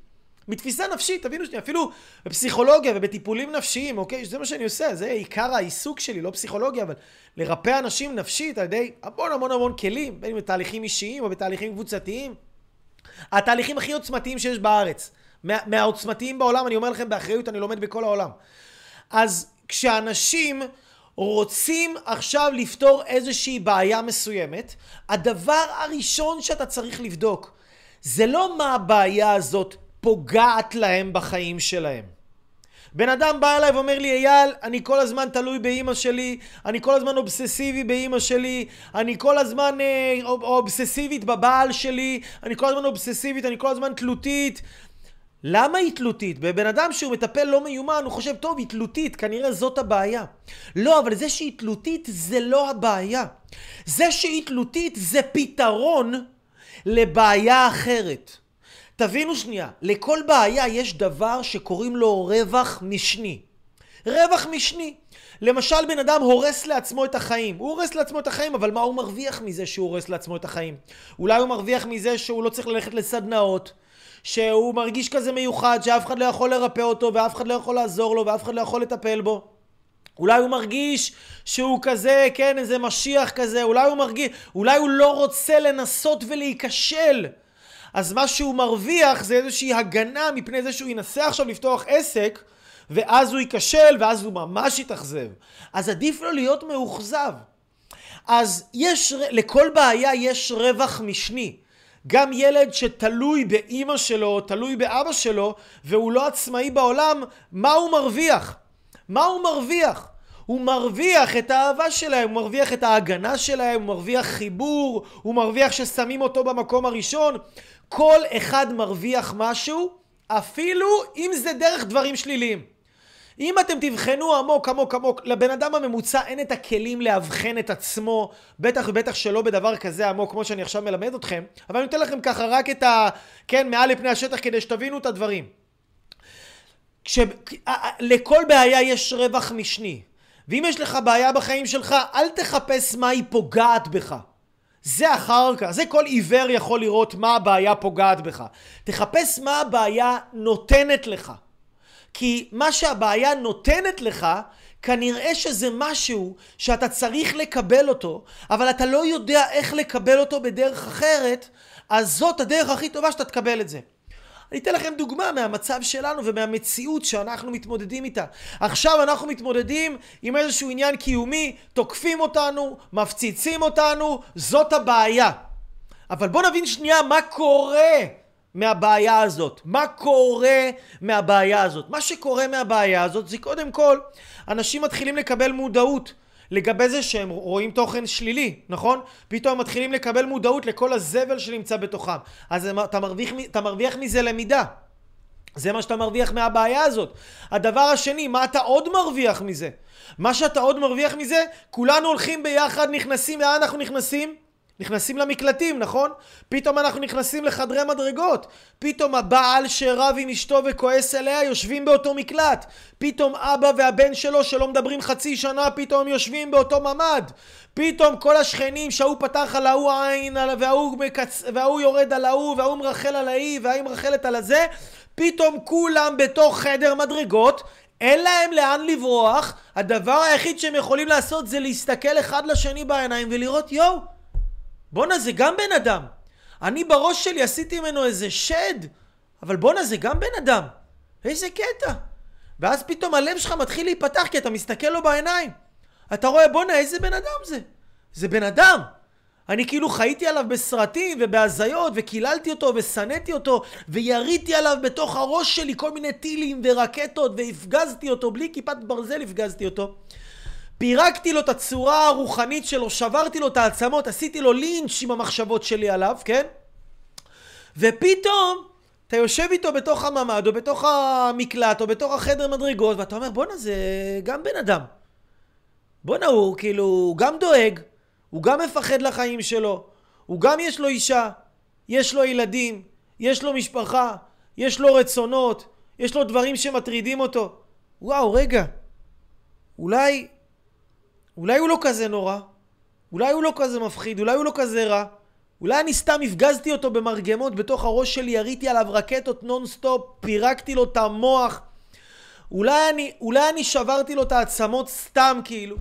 [SPEAKER 1] תבינו שנייה, אפילו בפסיכולוגיה ובטיפולים נפשיים, אוקיי? זה מה שאני עושה, זה עיקר העיסוק שלי, לא פסיכולוגיה, אבל לרפא אנשים נפשית על ידי המון כלים, בין אם בתהליכים אישיים או בתהליכים קבוצתיים. התהליכים הכי עוצמתיים שיש בארץ, מהעוצמתיים בעולם, אני אומר לכם באחריות, אני לומד בכל העולם. אז כשאנשים רוצים עכשיו לפתור איזושהי בעיה מסוימת, הדבר הראשון שאתה צריך לבדוק, זה לא מה הבעיה הזאת פוגעת להם בחיים שלהם. בן אדם בא אליי ואומר לי, אייל, אני כל הזמן תלוי באמא שלי, אני כל הזמן אובססיבי באמא שלי, אני כל הזמן אובססיבית בבעל שלי, אני כל הזמן אובססיבית, אני כל הזמן תלותית. למה היא תלותית? בבן אדם שהוא מטפל לא מיומן, הוא חושב, טוב, היא תלותית, כנראה זאת הבעיה. לא, אבל זה שהיא תלותית זה לא הבעיה. זה שהיא תלותית זה פתרון לבעיה אחרת. תבינו שנייה, לכל בעיה יש דבר שקוראים לו רווח משני. רווח משני. למשל, בן אדם הורס לעצמו את החיים. הוא הורס לעצמו את החיים, אבל מה הוא מרוויח מזה שהוא הורס לעצמו את החיים? אולי הוא מרוויח מזה שהוא לא צריך ללכת לסדנאות, שהוא מרגיש כזה מיוחד, שאף אחד לא יכול לרפא אותו, ואף אחד לא יכול לעזור לו, ואף אחד לא יכול לטפל בו. אולי הוא מרגיש שהוא כזה, כן, איזה משיח כזה, אולי הוא לא רוצה לנסות ולהיכשל. אז מה שהוא מרוויח זה איזושהי הגנה מפני זה שהוא ינסה עכשיו לפתוח עסק, ואז הוא ייכשל, ואז הוא ממש יתאכזב. אז עדיף לו להיות מאוכזב. אז לכל בעיה יש רווח משני. גם ילד שתלוי באמא שלו, תלוי באבא שלו, והוא לא עצמאי בעולם, מה הוא מרוויח? מה הוא מרוויח? הוא מרוויח את האהבה שלהם, הוא מרוויח את ההגנה שלהם, הוא מרוויח חיבור, הוא מרוויח ששמים אותו במקום הראשון. כל אחד מרוויח משהו, אפילו אם זה דרך דברים שליליים. אם אתם תבחנו עמוק, לבן אדם הממוצע אין את הכלים להבחן את עצמו, בטח ובטח שלא בדבר כזה עמוק כמו שאני עכשיו מלמד אתכם, אבל אני נותן לכם ככה רק את מעל לפני השטח כדי שתבינו את הדברים. לכל בעיה יש רווח משני, ואם יש לך בעיה בחיים שלך, אל תחפש מה היא פוגעת בך. זה אחר כך, זה כל עיוור יכול לראות מה הבעיה פוגעת בך. תחפש מה הבעיה נותנת לך. כי מה שהבעיה נותנת לך, כנראה שזה משהו שאתה צריך לקבל אותו, אבל אתה לא יודע איך לקבל אותו בדרך אחרת, אז זאת הדרך הכי טובה שאתה תקבל את זה. אני אתן לכם דוגמה מהמצב שלנו ומהמציאות שאנחנו מתמודדים איתה. עכשיו אנחנו מתמודדים עם איזשהו עניין קיומי, תוקפים אותנו, מפציצים אותנו, זאת הבעיה. אבל בוא נבין שנייה מה קורה מהבעיה הזאת. מה קורה מהבעיה הזאת? מה שקורה מהבעיה הזאת זה קודם כל, אנשים מתחילים לקבל מודעות לגבי זה שהם רואים תוכן שלילי, נכון? פתאום מתחילים לקבל מודעות לכל הזבל שנמצא בתוכם. אז אתה מרוויח מזה למידה. זה מה שאתה מרוויח מהבעיה הזאת. הדבר השני, מה אתה עוד מרוויח מזה? מה שאתה עוד מרוויח מזה, כולנו הולכים ביחד, נכנסים, לאן אנחנו נכנסים? נכנסים למקלטים, נכון? פתאום אנחנו נכנסים לחדרי מדרגות. פתאום הבעל שרב עם אשתו וכועס עליה יושבים באותו מקלט. פתאום אבא והבן שלו שלא מדברים חצי שנה פתאום יושבים באותו ממד. פתאום כל השכנים שההוא פתח על ההוא עין וההוא יורד על ההוא וההוא מרחל על ההיא וההיא מרחלת על הזה. פתאום כולם בתוך חדר מדרגות. אין להם לאן לברוח. הדבר היחיד שהם יכולים לעשות זה להסתכל אחד לשני בעיניים ולראות יואו, בונה זה גם בן אדם. אני בראש שלי עשיתי ממנו איזה שד, אבל בונה זה גם בן אדם. איזה קטע. ואז פתאום הלב שלך מתחיל להיפתח כי אתה מסתכל לו בעיניים. אתה רואה בונה איזה בן אדם זה. זה בן אדם. אני כאילו חייתי עליו בסרטים ובהזיות וקיללתי אותו ושנאתי אותו ויריתי עליו בתוך הראש שלי כל מיני טילים ורקטות והפגזתי אותו, בלי כיפת ברזל הפגזתי אותו. פירקתי לו את הצורה הרוחנית שלו, שברתי לו את העצמות, עשיתי לו לינץ' עם המחשבות שלי עליו, כן? ופתאום אתה יושב איתו בתוך הממד או בתוך המקלט או בתוך החדר מדרגות ואתה אומר בונה זה גם בן אדם. בונה הוא כאילו, הוא גם דואג, הוא גם מפחד לחיים שלו, הוא גם יש לו אישה, יש לו ילדים, יש לו משפחה, יש לו רצונות, יש לו דברים שמטרידים אותו. וואו, רגע, אולי הוא לא כזה נורא, אולי הוא לא כזה מפחיד, אולי הוא לא כזה רע, אולי אני סתם הפגזתי אותו במרגמות בתוך הראש שלי, יריתי עליו רקטות נונסטופ, פירקתי לו את המוח, אולי אני שברתי לו את העצמות סתם כאילו,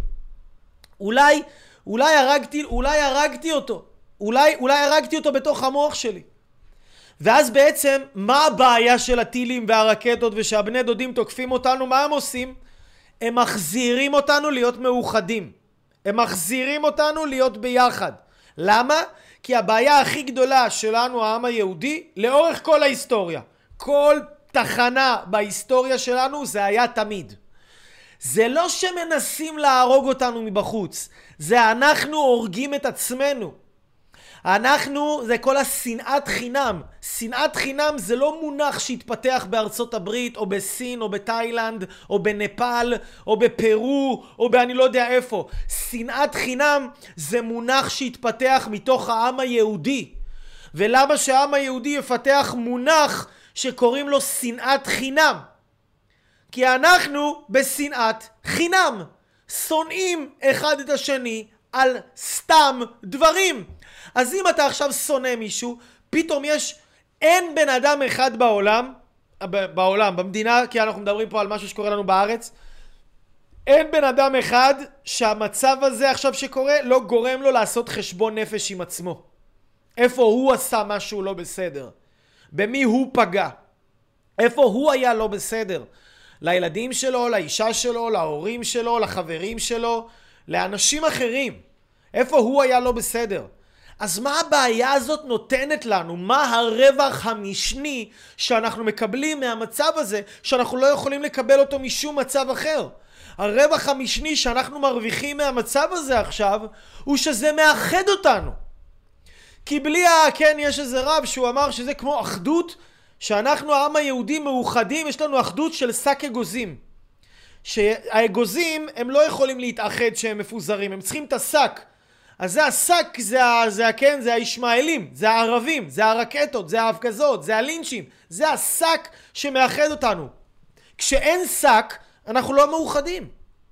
[SPEAKER 1] אולי הרגתי אותו, אולי הרגתי אותו בתוך המוח שלי. ואז בעצם מה הבעיה של הטילים והרקטות ושהבני דודים תוקפים אותנו? מה הם עושים? הם מחזירים אותנו להיות מאוחדים. הם מחזירים אותנו להיות ביחד. למה? כי הבעיה הכי גדולה שלנו, העם היהודי, לאורך כל ההיסטוריה, כל תחנה בהיסטוריה שלנו זה היה תמיד. זה לא שמנסים להרוג אותנו מבחוץ, זה אנחנו הורגים את עצמנו. זה כל השנאת חינם. שנאת חינם זה לא מונח שהתפתח בארצות הברית או בסין או בתאילנד או בנפאל או בפרו או באני לא יודע איפה. שנאת חינם זה מונח שהתפתח מתוך העם היהודי. ולמה שהעם היהודי יפתח מונח שקוראים לו שנאת חינם? כי אנחנו בשנאת חינם. שונאים אחד את השני על סתם דברים. אז אם אתה עכשיו שונא מישהו, פתאום אין בן אדם אחד במדינה, כי אנחנו מדברים פה על משהו שקורה לנו בארץ, אין בן אדם אחד שהמצב הזה עכשיו שקורה לא גורם לו לעשות חשבון נפש עם עצמו. איפה הוא עשה משהו לא בסדר? במי הוא פגע. איפה הוא היה לא בסדר? לילדים שלו, לאישה שלו, להורים שלו, לחברים שלו, לאנשים אחרים. איפה הוא היה לא בסדר? אז מה הבעיה הזאת נותנת לנו? מה הרווח המשני שאנחנו מקבלים מהמצב הזה, שאנחנו לא יכולים לקבל אותו משום מצב אחר? הרווח המשני שאנחנו מרוויחים מהמצב הזה עכשיו, הוא שזה מאחד אותנו. כי בלי כן, יש איזה רב שהוא אמר שזה כמו אחדות, שאנחנו העם היהודי מאוחדים, יש לנו אחדות של שק אגוזים. שהאגוזים הם לא יכולים להתאחד שהם מפוזרים, הם צריכים את השק. אז זה השק, זה הישמעאלים, זה הערבים, זה הרקטות, זה ההפגזות, זה הלינצ'ים, זה השק שמאחד אותנו. כשאין שק, אנחנו לא מאוחדים.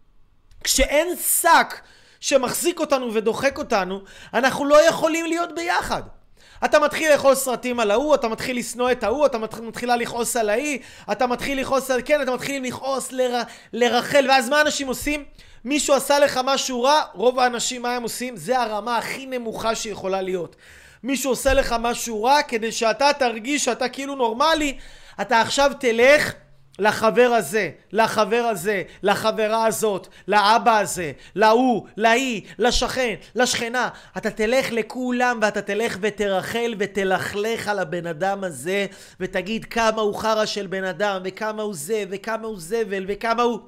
[SPEAKER 1] כשאין שק שמחזיק אותנו ודוחק אותנו, אנחנו לא יכולים להיות ביחד. אתה מתחיל לאכול סרטים על ההוא, אתה מתחיל לשנוא את ההוא, אתה מתחילה לכעוס על ההיא, אתה מתחיל לכעוס על כן, אתה מתחיל לכעוס, לרחל, ואז מה אנשים עושים? מישהו עשה לך משהו רע, רוב האנשים מה הם עושים? זה הרמה הכי נמוכה שיכולה להיות. מישהו עושה לך משהו רע, כדי שאתה תרגיש שאתה כאילו נורמלי, אתה עכשיו תלך לחבר הזה, לחבר הזה, לחברה הזאת, לאבא הזה, להוא, להיא, לשכן, לשכנה. אתה תלך לכולם ואתה תלך ותרחל ותלכלך על הבן אדם הזה ותגיד כמה הוא חרא של בן אדם וכמה הוא זה וכמה הוא זבל וכמה הוא...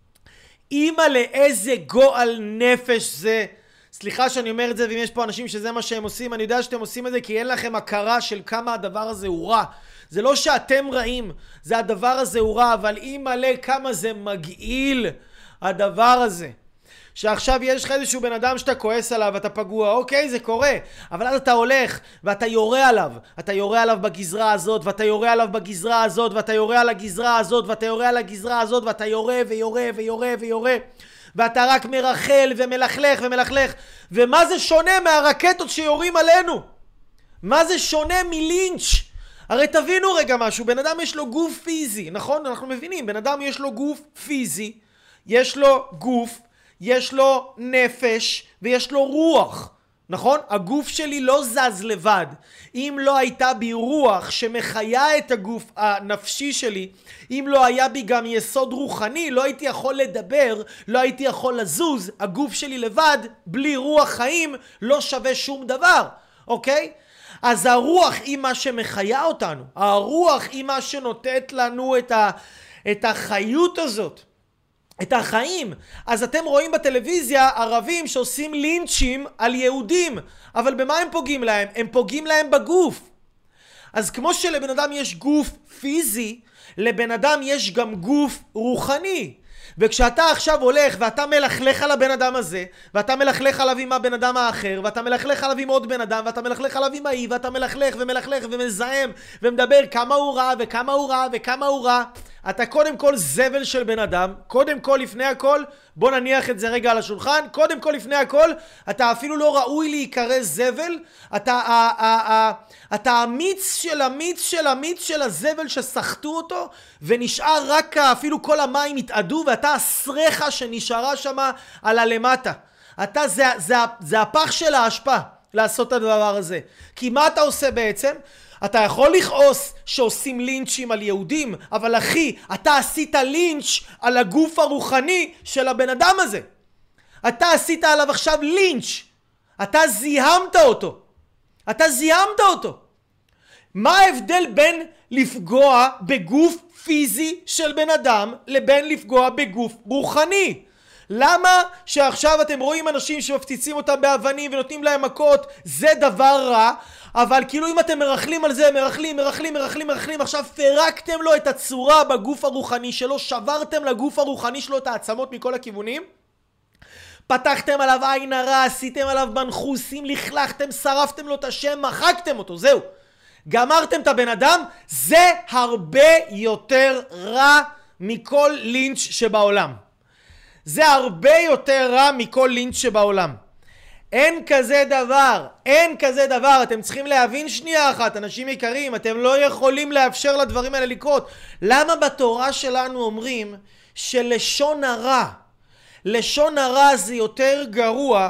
[SPEAKER 1] אמא לאיזה גועל נפש זה. סליחה שאני אומר את זה, ואם יש פה אנשים שזה מה שהם עושים, אני יודע שאתם עושים את זה כי אין לכם הכרה של כמה הדבר הזה הוא רע. זה לא שאתם רעים, זה הדבר הזה הוא רע, אבל אמא כמה זה מגעיל הדבר הזה. שעכשיו יש לך איזשהו בן אדם שאתה כועס עליו ואתה פגוע, אוקיי, זה קורה, אבל אז אתה הולך ואתה יורה עליו, אתה יורה עליו בגזרה הזאת ואתה יורה עליו בגזרה הזאת ואתה יורה על הגזרה הזאת ואתה יורה על הגזרה הזאת ואתה יורה ויורה ויורה ויורה ואתה רק מרחל ומלכלך ומלכלך. ומה זה שונה מהרקטות שיורים עלינו? מה זה שונה מלינץ'? הרי תבינו רגע משהו, בן אדם יש לו גוף פיזי, נכון? אנחנו מבינים, בן אדם יש לו גוף פיזי, יש לו גוף, יש לו נפש ויש לו רוח, נכון? הגוף שלי לא זז לבד. אם לא הייתה בי רוח שמחיה את הגוף הנפשי שלי, אם לא היה בי גם יסוד רוחני, לא הייתי יכול לדבר, לא הייתי יכול לזוז. הגוף שלי לבד, בלי רוח חיים, לא שווה שום דבר, אוקיי? אז הרוח היא מה שמחיה אותנו, הרוח היא מה שנותנת לנו את החיות הזאת, את החיים. אז אתם רואים בטלוויזיה ערבים שעושים לינצ'ים על יהודים, אבל במה הם פוגעים להם? הם פוגעים להם בגוף. אז כמו שלבן אדם יש גוף פיזי, לבן אדם יש גם גוף רוחני. וכשאתה עכשיו הולך ואתה מלכלך על הבן אדם הזה, ואתה מלכלך עליו עם הבן אדם האחר, ואתה מלכלך עליו עם עוד בן אדם, ואתה מלכלך עליו עם האי, ואתה מלכלך ומלכלך ומזהם ומדבר כמה הוא רע וכמה הוא רע וכמה הוא רע, אתה קודם כל זבל של בן אדם. קודם כל לפני הכל, בוא נניח את זה רגע על השולחן, קודם כל לפני הכל, אתה אפילו לא ראוי להיקרא זבל, אתה המיץ של הזבל שסחטו אותו, ונשאר רק אפילו כל המים התאדו, ואתה הסרחה שנשארה שמה על הלמטה. אתה זה הפח של ההשפעה לעשות את הדבר הזה. כי מה אתה עושה בעצם? אתה יכול לכעוס שעושים לינצ'ים על יהודים, אבל אחי, אתה עשית לינץ' על הגוף הרוחני של הבן אדם הזה. אתה עשית עליו עכשיו לינץ'. אתה זיהמת אותו. אתה זיהמת אותו. מה ההבדל בין לפגוע בגוף פיזי של בן אדם לבין לפגוע בגוף רוחני? למה שעכשיו אתם רואים אנשים שמפציצים אותם באבנים ונותנים להם מכות, זה דבר רע, אבל כאילו אם אתם מרחלים על זה, מרחלים, עכשיו פרקתם לו את הצורה בגוף הרוחני שלו, שברתם לגוף הרוחני שלו את העצמות מכל הכיוונים, פתחתם עליו עין הרע, עשיתם עליו מנחוסים, לכלכתם, שרפתם לו את השם, מחקתם אותו, זהו. גמרתם את הבן אדם, זה הרבה יותר רע מכל לינץ' שבעולם. זה הרבה יותר רע מכל לינץ' שבעולם. אין כזה דבר, אין כזה דבר. אתם צריכים להבין שנייה אחת, אנשים יקרים, אתם לא יכולים לאפשר לדברים האלה לקרות. למה בתורה שלנו אומרים שלשון הרע, לשון הרע זה יותר גרוע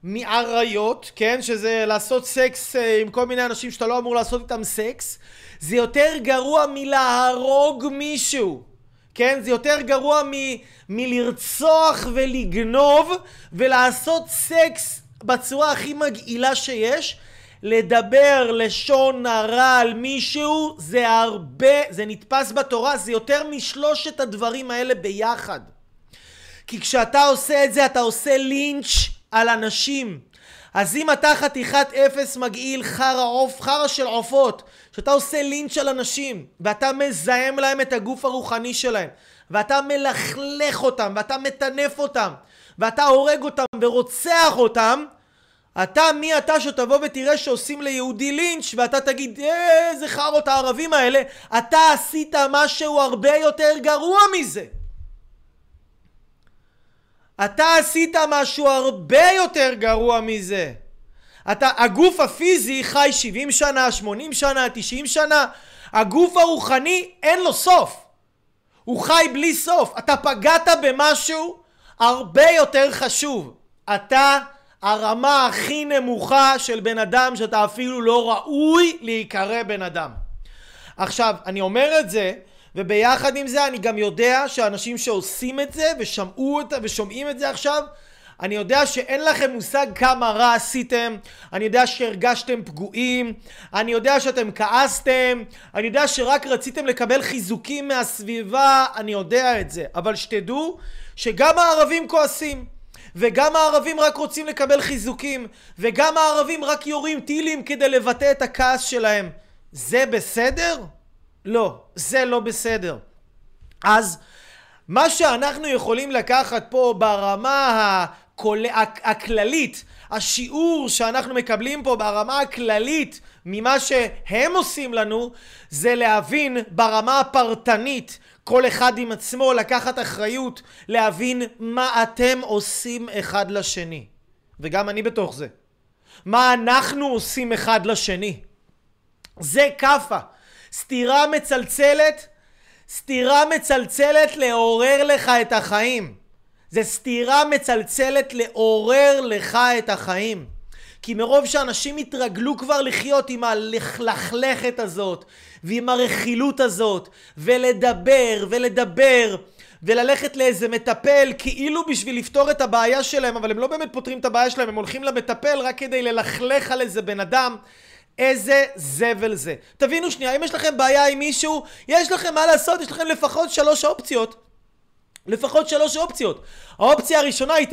[SPEAKER 1] מעריות, כן? שזה לעשות סקס עם כל מיני אנשים שאתה לא אמור לעשות איתם סקס. זה יותר גרוע מלהרוג מישהו, כן? זה יותר גרוע מלרצוח ולגנוב ולעשות סקס בצורה הכי מגעילה שיש. לדבר לשון הרע על מישהו זה הרבה, זה נתפס בתורה, זה יותר משלושת הדברים האלה ביחד. כי כשאתה עושה את זה אתה עושה לינץ' על אנשים. אז אם אתה חתיכת אפס מגעיל, חרא של עופות, שאתה עושה לינץ' על אנשים ואתה מזהם להם את הגוף הרוחני שלהם ואתה מלכלך אותם ואתה מטנף אותם ואתה הורג אותם ורוצח אותם, מי אתה שתבוא ותראה שעושים ליהודי לינץ' ואתה תגיד איזה חרות הערבים האלה? אתה עשית משהו הרבה יותר גרוע מזה. אתה עשית משהו הרבה יותר גרוע מזה. הגוף הפיזי חי 70 שנה, 80 שנה, 90 שנה. הגוף הרוחני אין לו סוף. הוא חי בלי סוף. אתה פגעת במשהו הרבה יותר חשוב. אתה הרמה הכי נמוכה של בן אדם שאתה אפילו לא ראוי להיקרא בן אדם. עכשיו, אני אומר את זה, וביחד עם זה אני גם יודע שאנשים שעושים את זה ושומעים את זה עכשיו, אני יודע שאין לכם מושג כמה רע עשיתם, אני יודע שהרגשתם פגועים, אני יודע שאתם כעסתם, אני יודע שרק רציתם לקבל חיזוקים מהסביבה, אני יודע את זה. אבל שתדעו שגם הערבים כועסים, וגם הערבים רק רוצים לקבל חיזוקים, וגם הערבים רק יורים טילים כדי לבטא את הכעס שלהם. זה בסדר? לא, זה לא בסדר. אז מה שאנחנו יכולים לקחת פה ברמה הכללית, השיעור שאנחנו מקבלים פה ברמה הכללית ממה שהם עושים לנו, זה להבין ברמה הפרטנית, כל אחד עם עצמו, לקחת אחריות, להבין מה אתם עושים אחד לשני. וגם אני בתוך זה. מה אנחנו עושים אחד לשני. זה כפה. סתירה מצלצלת לעורר לך את החיים. זה סתירה מצלצלת לעורר לך את החיים. כי מרוב שאנשים התרגלו כבר לחיות עם הלכלכת הזאת, ועם הרכילות הזאת, ולדבר, וללכת לאיזה מטפל, כאילו בשביל לפתור את הבעיה שלהם, אבל הם לא באמת פותרים את הבעיה שלהם, הם הולכים למטפל רק כדי ללכלך על איזה בן אדם. איזה זבל זה. תבינו שנייה, אם יש לכם בעיה עם מישהו, יש לכם מה לעשות, יש לכם לפחות 3 אופציות. האופציה הראשונה היא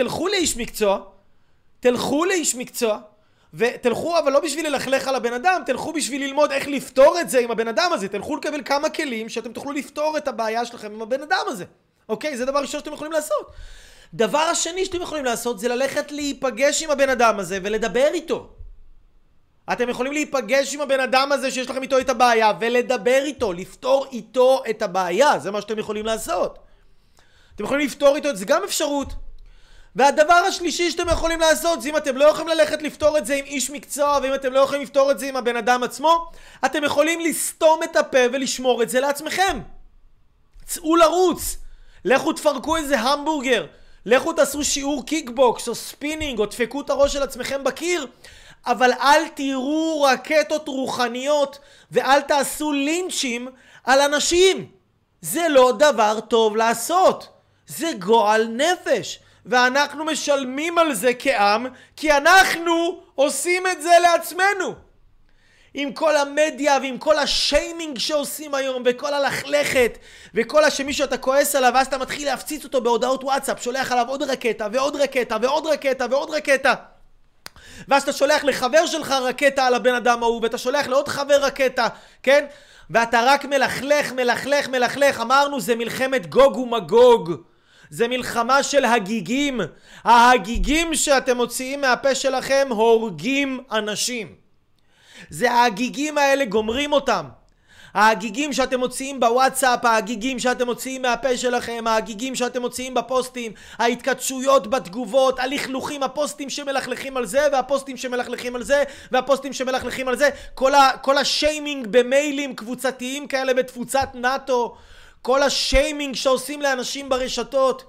[SPEAKER 1] תלכו לאיש מקצוע, ותלכו אבל לא בשביל ללכלך על הבן אדם, תלכו בשביל ללמוד איך לפתור את זה עם הבן אדם הזה, תלכו לקבל כמה כלים שאתם תוכלו לפתור את הבעיה שלכם עם הבן אדם הזה. אוקיי? זה דבר ראשון שאתם יכולים לעשות. דבר השני שאתם יכולים לעשות זה ללכת להיפגש עם הבן אדם הזה ולדבר איתו. אתם יכולים להיפגש עם הבן אדם הזה שיש לכם איתו את הבעיה ולדבר איתו, לפתור איתו את הבעיה, זה מה שאתם יכולים לעשות. אתם יכולים לפתור איתו, זה גם אפשרות. והדבר השלישי שאתם יכולים לעשות, זה אם אתם לא יכולים ללכת לפתור את זה עם איש מקצוע, ואם אתם לא יכולים לפתור את זה עם הבן אדם עצמו, אתם יכולים לסתום את הפה ולשמור את זה לעצמכם. צאו לרוץ, לכו תפרקו איזה המבורגר, לכו תעשו שיעור קיקבוקס או ספינינג או דפקו את הראש של עצמכם בקיר, אבל אל תראו רקטות רוחניות ואל תעשו לינצ'ים על אנשים. זה לא דבר טוב לעשות. זה גועל נפש. ואנחנו משלמים על זה כעם, כי אנחנו עושים את זה לעצמנו. עם כל המדיה ועם כל השיימינג שעושים היום וכל הלכלכת וכל שמישהו אתה כועס עליו ואז אתה מתחיל להפציץ אותו בהודעות וואטסאפ, שולח עליו עוד רקטה ועוד רקטה ועוד רקטה ועוד רקטה, ואז אתה שולח לחבר שלך רקטה על הבן אדם ההוא ואתה שולח לעוד חבר רקטה, כן? ואתה רק מלכלך. אמרנו זה מלחמת גוג ומגוג, זה מלחמה של הגיגים. ההגיגים שאתם מוציאים מהפה שלכם הורגים אנשים. זה ההגיגים האלה גומרים אותם. ההגיגים שאתם מוציאים בוואטסאפ, ההגיגים שאתם מוציאים מהפה שלכם, ההגיגים שאתם מוציאים בפוסטים, ההתכתשויות בתגובות, הלכלוכים, הפוסטים שמלכלכים על זה והפוסטים שמלכלכים על זה והפוסטים שמלכלכים על זה, כל השיימינג במיילים קבוצתיים כאלה בתפוצת נאטו, כל השיימינג שעושים לאנשים ברשתות,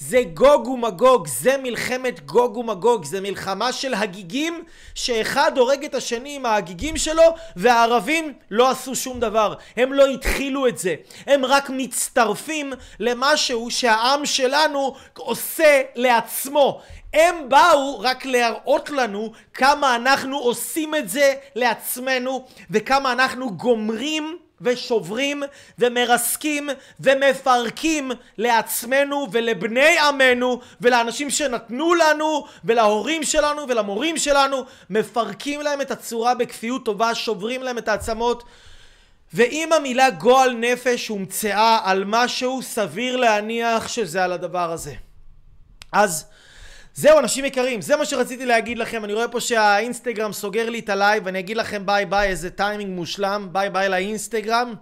[SPEAKER 1] זה גוג ומגוג, זה מלחמת גוג ומגוג, זה מלחמה של הגיגים שאחד הורג את השני עם ההגיגים שלו, והערבים לא עשו שום דבר, הם לא התחילו את זה, הם רק מצטרפים למשהו שהעם שלנו עושה לעצמו. הם באו רק להראות לנו כמה אנחנו עושים את זה לעצמנו, וכמה אנחנו גומרים ושוברים ומרסקים ומפרקים לעצמנו ולבני עמנו ולאנשים שנתנו לנו ולהורים שלנו ולמורים שלנו, מפרקים להם את הצורה בכפיות טובה, שוברים להם את העצמות. ואם המילה גועל נפש הומצאה על משהו, סביר להניח שזה על הדבר הזה. אז זהו אנשים יקרים, זה מה שרציתי להגיד לכם. אני רואה פה שהאינסטגרם סוגר לי את הלייב, ואני אגיד לכם ביי ביי, איזה טיימינג מושלם, ביי ביי לאינסטגרם.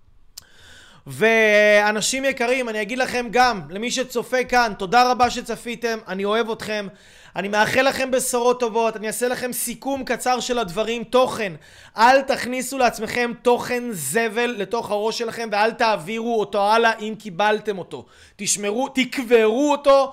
[SPEAKER 1] ואנשים יקרים, אני אגיד לכם גם, למי שצופה כאן, תודה רבה שצפיתם, אני אוהב אתכם, אני מאחל לכם בשורות טובות, אני אעשה לכם סיכום קצר של הדברים, תוכן. אל תכניסו לעצמכם תוכן זבל לתוך הראש שלכם, ואל תעבירו אותו הלאה אם קיבלתם אותו. תשמרו, תקברו אותו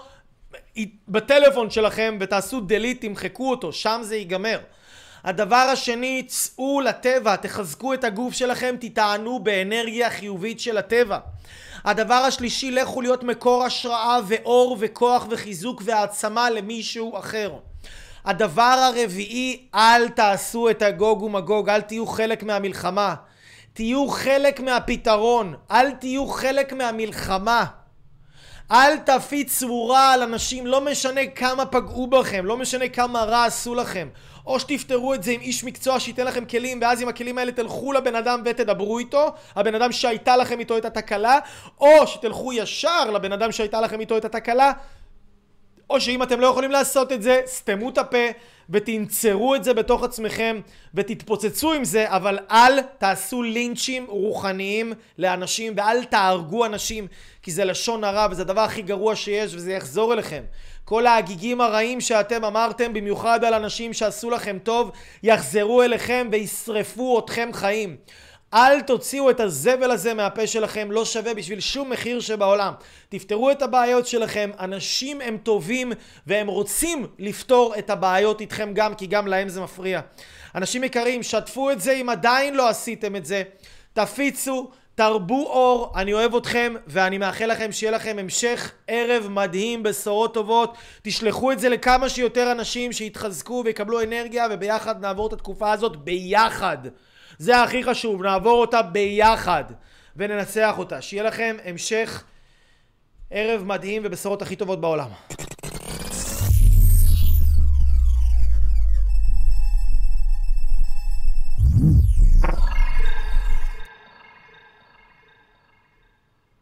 [SPEAKER 1] בטלפון שלכם ותעשו דליט, תמחקו אותו, שם זה ייגמר. הדבר השני, צאו לטבע, תחזקו את הגוף שלכם, תטענו באנרגיה חיובית של הטבע. הדבר השלישי, לכו להיות מקור השראה ואור וכוח וחיזוק והעצמה למישהו אחר. הדבר הרביעי, אל תעשו את הגוג ומגוג, אל תהיו חלק מהמלחמה, תהיו חלק מהפתרון, אל תהיו חלק מהמלחמה. אל תפיצו רע על אנשים, לא משנה כמה פגעו בכם, לא משנה כמה רע עשו לכם. או שתפתרו את זה עם איש מקצוע שייתן לכם כלים, ואז עם הכלים האלה תלכו לבן אדם ותדברו איתו, הבן אדם שהייתה לכם איתו את התקלה, או שתלכו ישר לבן אדם שהייתה לכם איתו את התקלה, או שאם אתם לא יכולים לעשות את זה, סתמו את הפה ותנצרו את זה בתוך עצמכם ותתפוצצו עם זה, אבל אל תעשו לינצ'ים רוחניים לאנשים ואל תהרגו אנשים, כי זה לשון הרע וזה הדבר הכי גרוע שיש וזה יחזור אליכם. כל ההגיגים הרעים שאתם אמרתם, במיוחד על אנשים שעשו לכם טוב, יחזרו אליכם וישרפו אתכם חיים. אל תוציאו את הזבל הזה מהפה שלכם, לא שווה בשביל שום מחיר שבעולם. תפתרו את הבעיות שלכם, אנשים הם טובים והם רוצים לפתור את הבעיות איתכם גם, כי גם להם זה מפריע. אנשים יקרים, שתפו את זה אם עדיין לא עשיתם את זה, תפיצו, תרבו אור, אני אוהב אתכם ואני מאחל לכם שיהיה לכם המשך ערב מדהים, בשורות טובות, תשלחו את זה לכמה שיותר אנשים שיתחזקו ויקבלו אנרגיה, וביחד נעבור את התקופה הזאת ביחד. זה הכי חשוב, נעבור אותה ביחד וננצח אותה. שיהיה לכם המשך ערב מדהים ובשורות הכי טובות בעולם.